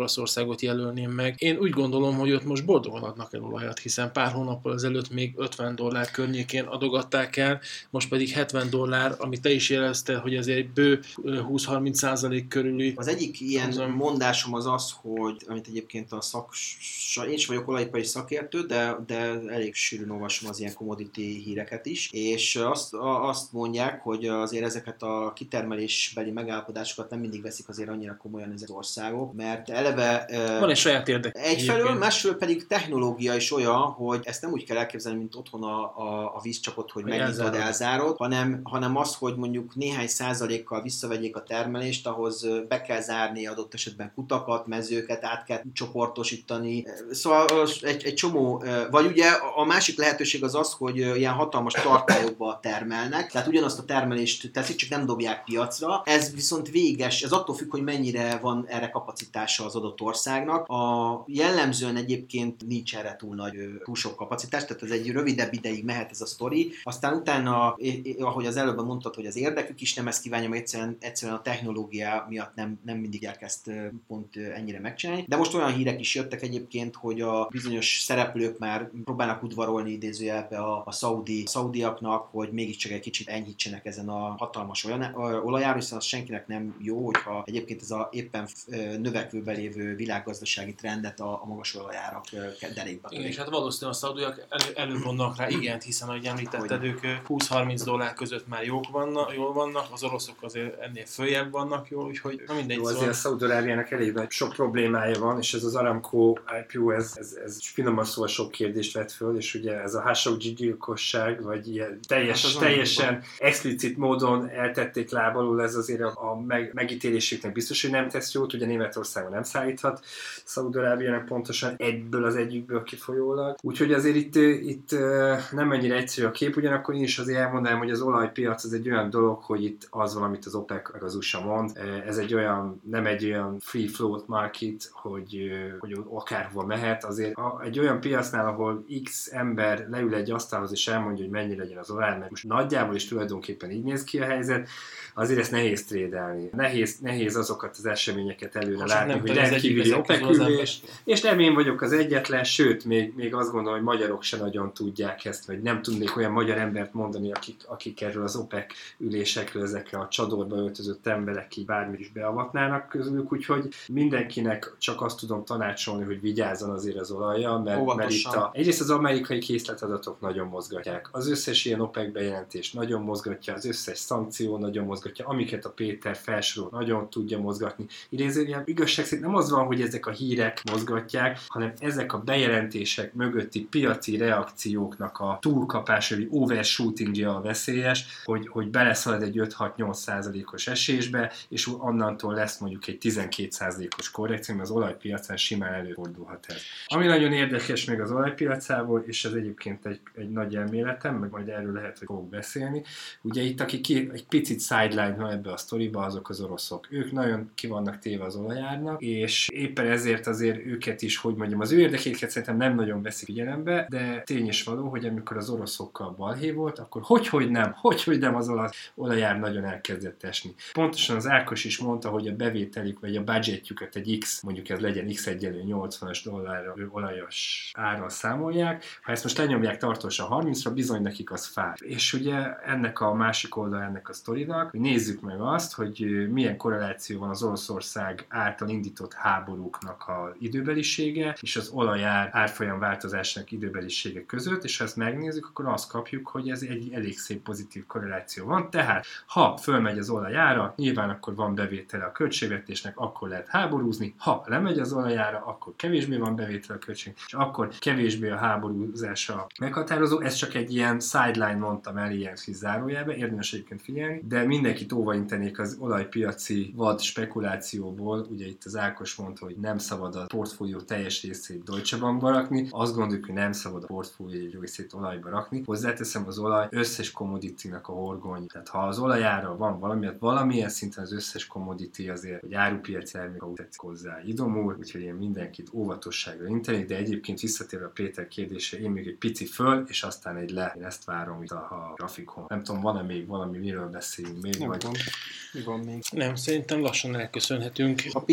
Oroszországot jelölném meg. Én úgy gondolom, hogy ott most boldogan adnak el olajat, hiszen pár hónappal ezelőtt még ötven dollár környékén adogatták el, most pedig hetven dollár, amit te is jelezted, hogy azért egy bő húsz-harminc százalék körüli. Az egyik ilyen azon... mondásom az az, hogy amit egyébként a szak... Én is vagyok olajipari szakértő, de, de elég sűrűn olvasom az ilyen commodity híreket is, és azt, azt mondják, hogy azért ezeket a kitermelésbeli megállapodásokat nem mindig veszik azért annyira komolyan ezek az országok, mert eleve... Van egy saját érdek. Egyfelől, másfelől pedig technológia is olyan, hogy ezt nem úgy kell elképzelni, mint otthon a, a, a vízcsapot, hogy megnyitod, elzárod, hanem, hanem az, hogy mondjuk néhány százalékkal visszavegyék a termelést, ahhoz be kell zárni adott esetben kutakat, mezőket, át kell csoportosítani. Szóval egy, egy csomó, vagy ugye a másik lehetőség az az, hogy ilyen hatalmas tartályokba termelnek, tehát ugyanazt a termelést teszik, csak nem dobják piacra. Ez viszont véges, ez attól függ, hogy mennyire van erre kapacitása az adott országnak. A jellemzően egyébként nincs erre túl nagy, túl sok kapacitás, tehát ez egy rövidebb ideig mehet ez a sztori. Aztán utána, ahogy az előbb mondtad, hogy az érdekük is nem ezt kívánja, mert egyszerűen, egyszerűen a technológia miatt nem, nem mindig elkezd pont ennyire megcsinálni. De most olyan hírek is jöttek egyébként, hogy a bizonyos szereplők már próbálnak udvarolni idézőjelbe a, a szaudi, szaudiaknak, hogy mégiscsak egy kicsit enyhítsenek ezen a hatalmas olajáron, hiszen az senkinek nem jó, hogyha egyébként ez a éppen növekvőbe lévő világgazdasági trendet a, a magas olajárak derékba törik. És hát valószínűleg a szaudiak elő, előbb vannak rá igent, hiszen ahogy említetted, hogy ők húsz-harminc dollár között már jók vannak, jól vannak, az oroszok azért ennél följebb vannak, jó, úgyhogy na mindegy. Jó, azért a Szaúd-Arábiának elég nagy sok problémája van, és ez az Aramco I P O, ez, ez, ez finoman szóval sok kérdést vet föl, és ugye ez a Khashoggi gyilkosság, vagy ilyen teljes, hát teljesen explicit módon eltették láb alul, ez azért a, a meg, megítélésüknek biztos, hogy nem tesz jót, ugye Németországon nem szállíthat Szaúd-Arábiának pontosan egyből az egyikből kifolyólag. Úgyhogy azért itt, itt nem ennyire egyszerű a kép, ugyanakkor én is azért elmondanám, hogy az olajpiac az egy olyan dolog, hogy itt az van, amit az OPEC meg az u es á mond. Ez egy olyan, nem egy olyan free float market, hogy, hogy akárhova mehet. Azért egy olyan piacnál, ahol X ember leül egy asztalhoz és elmondja, hogy mennyi legyen az olaj, mert most nagyjából is tulajdonképpen így néz ki a helyzet, azért ezt nehéz trédelni. Nehéz, nehéz azokat az eseményeket előre most látni, hogy rendkívüli OPEC ülés, és nem én vagyok az egyetlen, sőt, még, még azt gondolom, hogy magyarok se nagyon tudják ezt, vagy nem tudnék olyan magyar embert mondani, akik, akik erről az OPEC ülésekről, ezekre a csadorba öltözött emberek ki bármit is beavatnának közülük, úgyhogy mindenkinek csak azt tudom tanácsolni, hogy vigyázzon azért az olajjal, mert, mert itt a, egyrészt az amerikai készletadatok nagyon mozgatják. Az összes ilyen OPEC bejelentés nagyon mozgatja, az összes szankció nagyon mozgatja, amiket a Péter felsorol, nagyon tudja mozgatni. Idézően igazság szerint nem az van, hogy ezek a hírek mozgatják, hanem ezek a bejelentések mögötti piaci reakcióknak a túlkapása, vagy overshootingja a veszélyes, hogy, hogy beleszalad egy öt-hat-nyolc százalékos esésbe, és onnantól lesz mondjuk egy tizenkét százalékos korrekció, mert az olajpiacán simán előfordulhat ez. Ami nagyon érdekes még az olajpiacából, és ez egyébként egy, egy nagy elméletem, meg majd erről lehet, hogy fogok beszélni. Ugye itt, aki ki, egy picit sideline van ebbe a sztoriba, azok az oroszok. Ők nagyon ki vannak téve az olajárnak, és éppen ezért azért őket is, hogy mondjam, az ő érdekéket szerintem nem nagyon veszik figyelembe, de tény is való, hogy amikor az oroszokkal balhé volt, akkor hogy, hogy nem, hogy, hogy nem az olajár nagyon elkezdett esni. Pontosan az Ákos is mondta, hogy a bevételik, vagy a budgetjüket egy X, mondjuk ez legyen X egyenlő nyolcvanas dollárra olajos áron számolják, ha ezt most lenyomják tartósan harmincra, bizony nekik az fáj. És ugye ennek a másik oldal ennek a sztorinak, hogy nézzük meg azt, hogy milyen korreláció van az Oroszország által indított háborúknak az időbelisége, és az olajár árfolyam változásának időbelisége között, és ha ezt megnézzük, akkor azt kapjuk, hogy ez egy elég szép pozitív korreláció van. Tehát, ha fölmegy az olajára, nyilván akkor van bevétele a költségvetésnek, akkor lehet háborúzni, ha lemegy az olajára, akkor kevésbé van bevétele a költség, és akkor kevésbé a háborúzása meghatározó. Ez csak egy ilyen sideline mondtam el, ilyen kis zárójelbe, érdemes egyébként figyelni, de mindenkit óvaintenék az olajpiaci vad spekulációból. Ugye itt az Ákos mondta, hogy nem szabad a portfólió teljes részét Deutsche Bankba rakni, azt gondoljuk, hogy nem szabad a portfólió egy részét olajba rakni. Hozzáteszem, az olaj összes commodity-nak a horgony. Tehát ha az olajára van valami, hát valamilyen szinten az összes commodity azért, hogy árupiaci elmék tetszik hozzá idomul, úgyhogy én mindenkit óvatosságra intenék, de egyébként visszatérve a Péter kérdése, én még egy pici föl, és aztán egy le. Én ezt várom itt a, a grafikon. Nem tudom, van-e még valami, miről beszélünk még? Nem vagy... tudom. Mi van még? Nem, szerintem lassan elköszönhetünk. A Pinterest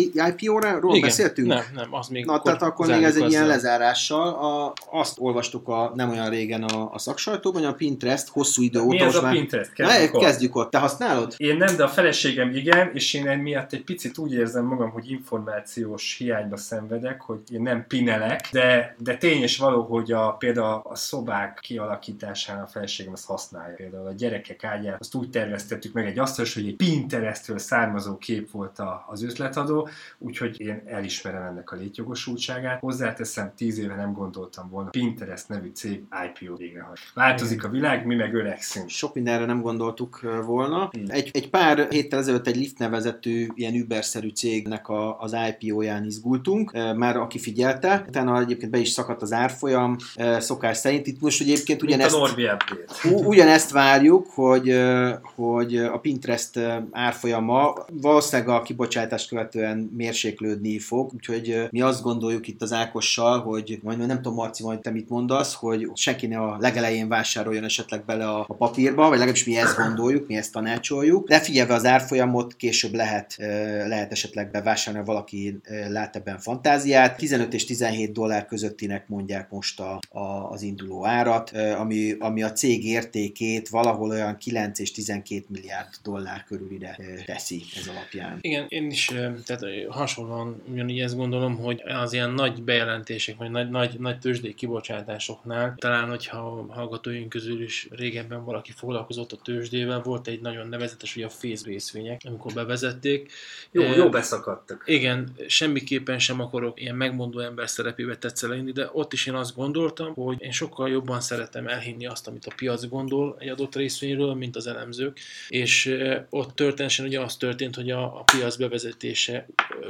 i pé ó-ról beszéltünk? Nem, nem, az még... Na, tehát akkor még ez egy ilyen lezárással. A, azt olvastuk a, nem olyan régen a, a szaksajtóban, hogy a Pinterest hosszú idő óta... Mi ez a már... Pinterest? Kezdjük, Na, kezdjük ott. Te használod? Én nem, de a feleségem igen, és én miatt egy picit úgy érzem magam, hogy információs hiányba szenvedek, hogy én nem pinelek, de, de tény és való, hogy a, például a szobák kialakításán a feleségem azt használja. Például a gyerekek ágyát, azt úgy terveztettük meg egy asztalos, hogy egy Pinterestről származó kép volt a, az ötletadó, úgyhogy én elismerem ennek a létjogosultságát. Hozzáteszem, tíz éve nem gondoltam volna Pinterest nevű cég i pé ó végrehajt. Változik a világ, mi meg öregszünk. Sok mindenre nem gondoltuk volna. Egy, egy pár héttel ezelőtt egy Lyft nevezetű ilyen Uber-szerű cégnek a, az i pé ó-ján izgultunk, már aki figyelte, utána egyébként be is szakadt az árfolyam, szokás szerint. Itt most egyébként ugyanezt, ugyanezt várjuk, hogy, hogy a Pinterest árfolyama valószínűleg a kibocsátást követően mérséklődni fog, úgyhogy mi azt gondoljuk itt az Ákossal, hogy majd nem tudom, Marci, majd te mit mondasz, hogy senki ne a legelején vásároljon esetleg bele a, a papírba, vagy legalábbis mi ezt gondoljuk, mi ezt tanácsoljuk, de figyelve az árfolyamot, később lehet, lehet esetleg bevásárolni, valaki lát ebben fantáziát. tizenöt és tizenhét dollár közöttinek mondják most a, a, az induló árat, ami, ami a cég értékét valahol olyan kilenc és tizenkét milliárd dollár körülire teszi ez alapján. Igen, én is tehát hasonlóan ugyanígy ezt gondolom, hogy az ilyen nagy bejelentések, vagy nagy, nagy, nagy tőzsdei kibocsátásoknál, talán, hogyha a hallgatóink közül is régebben valaki foglalkozott a tőzsdével, volt egy nagyon nevezetes, hogy a Facebook részvények, amikor bevezették. Jó, e, jó beszakadtak. Igen, semmiképpen sem akarok ilyen megmondó ember szerepébe tetszelenni, de ott is én azt gondoltam, hogy én sokkal jobban szeretem elhinni azt, amit a piac gondol egy adott részvényről, mint az elemzők, és ott történetesen ugye az történt, hogy a, a piac bevezetése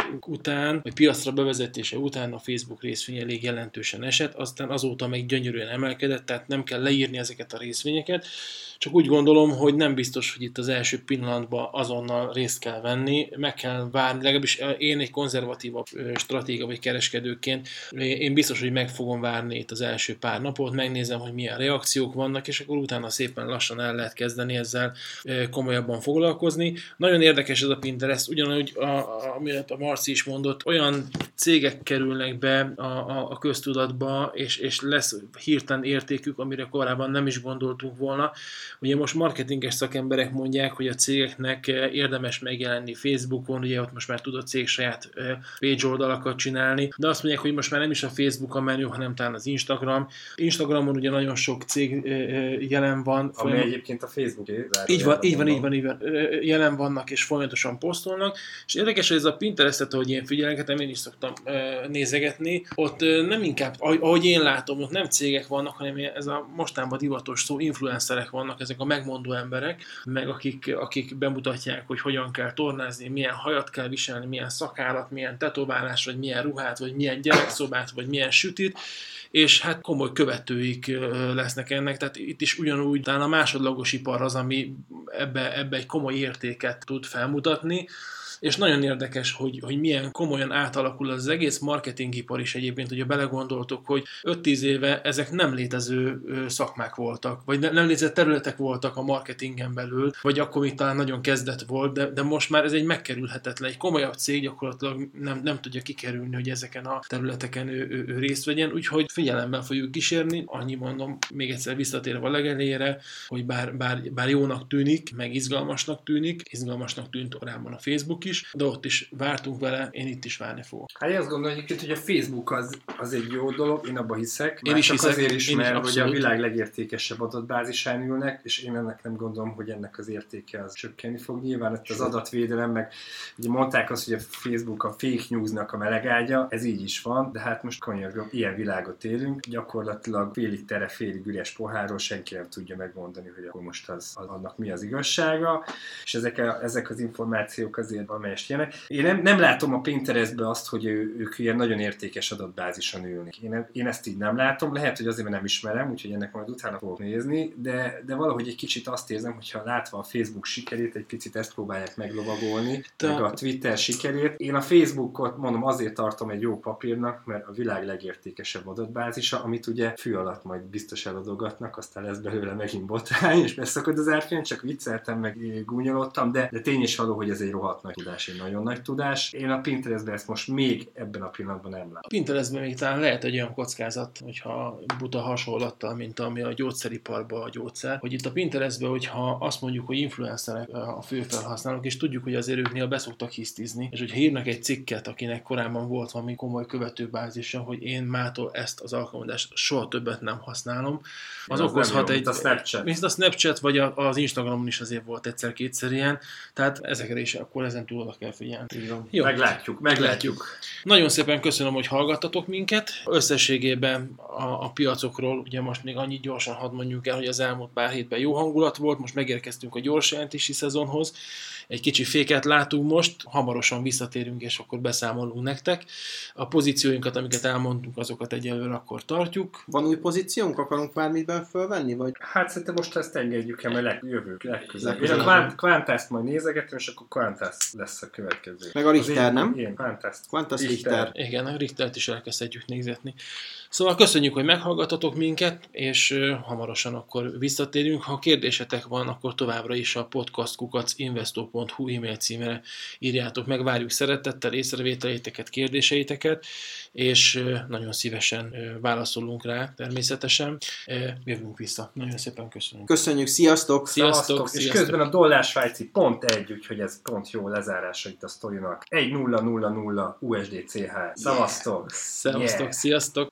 után, vagy piacra bevezetése után a Facebook részvény elég jelentősen esett, aztán azóta meg gyönyörűen emelkedett, tehát nem kell leírni ezeket a részvényeket, csak úgy gondolom, hogy nem biztos, hogy itt az első pillanatban azonnal részt kell venni, meg kell várni, legalábbis én egy konzervatívabb stratéga vagy kereskedőként, én biztos, hogy meg fogom várni itt az első pár napot, megnézem, hogy milyen reakciók vannak, és akkor utána szépen lassan el lehet kezdeni ezzel komolyabban foglalkozni. Nagyon érdekes ez a Pinterest, ugyanúgy, a, a, amit a Marci is mondott, olyan cégek kerülnek be a, a, a köztudatba, és, és lesz hirtelen értékük, amire korábban nem is gondoltunk volna. Ugye most marketinges szakemberek mondják, hogy a cégeknek érdemes megjelenni Facebookon, ugye ott most már tud a cég saját page oldalakat csinálni, de azt mondják, hogy most már nem is a Facebook a menü, hanem talán az Instagram. Instagramon ugye nagyon sok cég jelen van. Ami folyam... egyébként a Facebook így van, így van, így van, így van, jelen vannak és folyamatosan posztolnak, és érdekes, hogy ez a Pinterestet, ahogy én figyelgetem, én is szoktam nézegetni, ott nem inkább, ahogy én látom, ott nem cégek vannak, hanem ez a mostában divatos szó, influencerek vannak, ezek a megmondó emberek, meg akik, akik bemutatják, hogy hogyan kell tornázni, milyen hajat kell viselni, milyen szakállat, milyen tetoválás, vagy milyen ruhát, vagy milyen gyerekszobát, vagy milyen sütit, és hát komoly követőik lesznek ennek, tehát itt is ugyanúgy talán a másodlagos ipar az, ami ebbe, ebbe egy komoly értéket tud felmutatni, és nagyon érdekes, hogy, hogy milyen komolyan átalakul az egész marketingipar is egyébként, hogyha belegondoltok, hogy öt-tíz éve ezek nem létező szakmák voltak, vagy nem létező területek voltak a marketingen belül, vagy akkor még talán nagyon kezdet volt, de, de most már ez egy megkerülhetetlen, egy komolyabb cég gyakorlatilag nem, nem tudja kikerülni, hogy ezeken a területeken ő, ő, ő részt vegyen, úgyhogy figyelemmel fogjuk kísérni, annyi mondom, még egyszer visszatérve a legelejére, hogy bár, bár, bár jónak tűnik, meg izgalmasnak tűnik, izgalmasnak tűnt korábban a Facebook is, de ott is vártunk vele, én itt is várni fogok. Hát én azt gondolom egyébként, hogy a Facebook az, az egy jó dolog, én abban hiszek. Én is hiszek. Azért is, mert hogy a világ legértékesebb adatbázisán ülnek, és én ennek nem gondolom, hogy ennek az értéke az csökkenni fog. Nyilván itt az adatvédelem, meg ugye mondták azt, hogy a Facebook a fake newsnak a melegágya, ez így is van, de hát most kanyargom, ilyen világot élünk, gyakorlatilag félig tere, félig üres pohárról senki nem tudja megmondani, hogy akkor most az, az annak mi az igazsága, és ezek, a, ezek az információk azért amelyest ilyenek. Én nem, nem látom a Pinterestbe azt, hogy ő, ők ilyen nagyon értékes adatbázison ülnek. Én, én ezt így nem látom, lehet, hogy azért, mert nem ismerem, úgyhogy ennek majd utána fogok nézni, de, de valahogy egy kicsit azt érzem, hogyha látva a Facebook sikerét, egy picit ezt próbálják meglovagolni, Te... meg a Twitter sikerét. Én a Facebookot mondom azért tartom egy jó papírnak, mert a világ legértékesebb adatbázisa, amit ugye fű alatt majd biztos eladogatnak, aztán lesz belőle megint botrány, és beszakad az árfolyam, csak vicceltem, meg gúnyolottam, de, de tény is való, hogy ez egy rohadt nagy tudás, egy nagyon nagy tudás. alkalmazkodás. Én a Pinterestben ezt most még ebben a pillanatban nem látom. A Pinterestben még talán lehet egy olyan kockázat, hogyha buta hasonlattal, mint ami a gyógyszeriparban a gyógyszer, hogy itt a Pinterestben, hogyha azt mondjuk, hogy influencerek a fő felhasználók, és tudjuk, hogy azért ők néha beszoktak hisztizni, és hogyha írnak egy cikket, akinek korábban volt valami komoly követőbázisa, hogy én mától ezt az alkalmazást soha többet nem használom, az ja, okozhat jó, egy... a Snapchat. Mint a Snapchat, vagy az Instagramon is azért volt egyszer-kétszer ilyen, tehát ezekre is akkor ezen túl oda kell figyelni. Jó. Meglátjuk, meglátjuk. Nagyon szépen köszönöm, hogy hallgattatok minket. Összességében a, a piacokról, ugye most még annyit gyorsan hadd mondjuk el, hogy az elmúlt pár hétben jó hangulat volt, most megérkeztünk a gyors jelentési szezonhoz. Egy kicsi féket látunk most, hamarosan visszatérünk, és akkor beszámolunk nektek. A pozícióinkat, amiket elmondtunk, azokat egyelőre akkor tartjuk. Van új pozíciónk? Akarunk bármiben fölvenni? Vagy? Hát szerintem most ezt engedjük el, mert leg, jövők legközelebb. Én Legközelebb. a Quant, Quantaszt majd nézegetem, és akkor Quantas lesz a következő. Meg a Richter, én, nem? Én, Quantas. Quantas Richter. Igen, a Richtert is elkezdhetjük nézetni. Szóval köszönjük, hogy meghallgatatok minket, és uh, hamarosan akkor visszatérünk. Ha kérdésetek van, akkor továbbra is a podcast kukac investor pont hu e-mail címre írjátok meg, várjuk szeretettel észrevételéteket, kérdéseiteket, és uh, nagyon szívesen uh, válaszolunk rá természetesen. Uh, jövünk vissza. Nagyon szépen köszönünk. Köszönjük, sziasztok! Sziasztok! Szevasztok. És sziasztok. közben a dollár svájci pont egy, úgyhogy ez pont jó lezárása itt a sztorinak. egy nulla nulla nulla u es dé cé há. Szevasztok! Szevasztok, Yeah. sziasztok!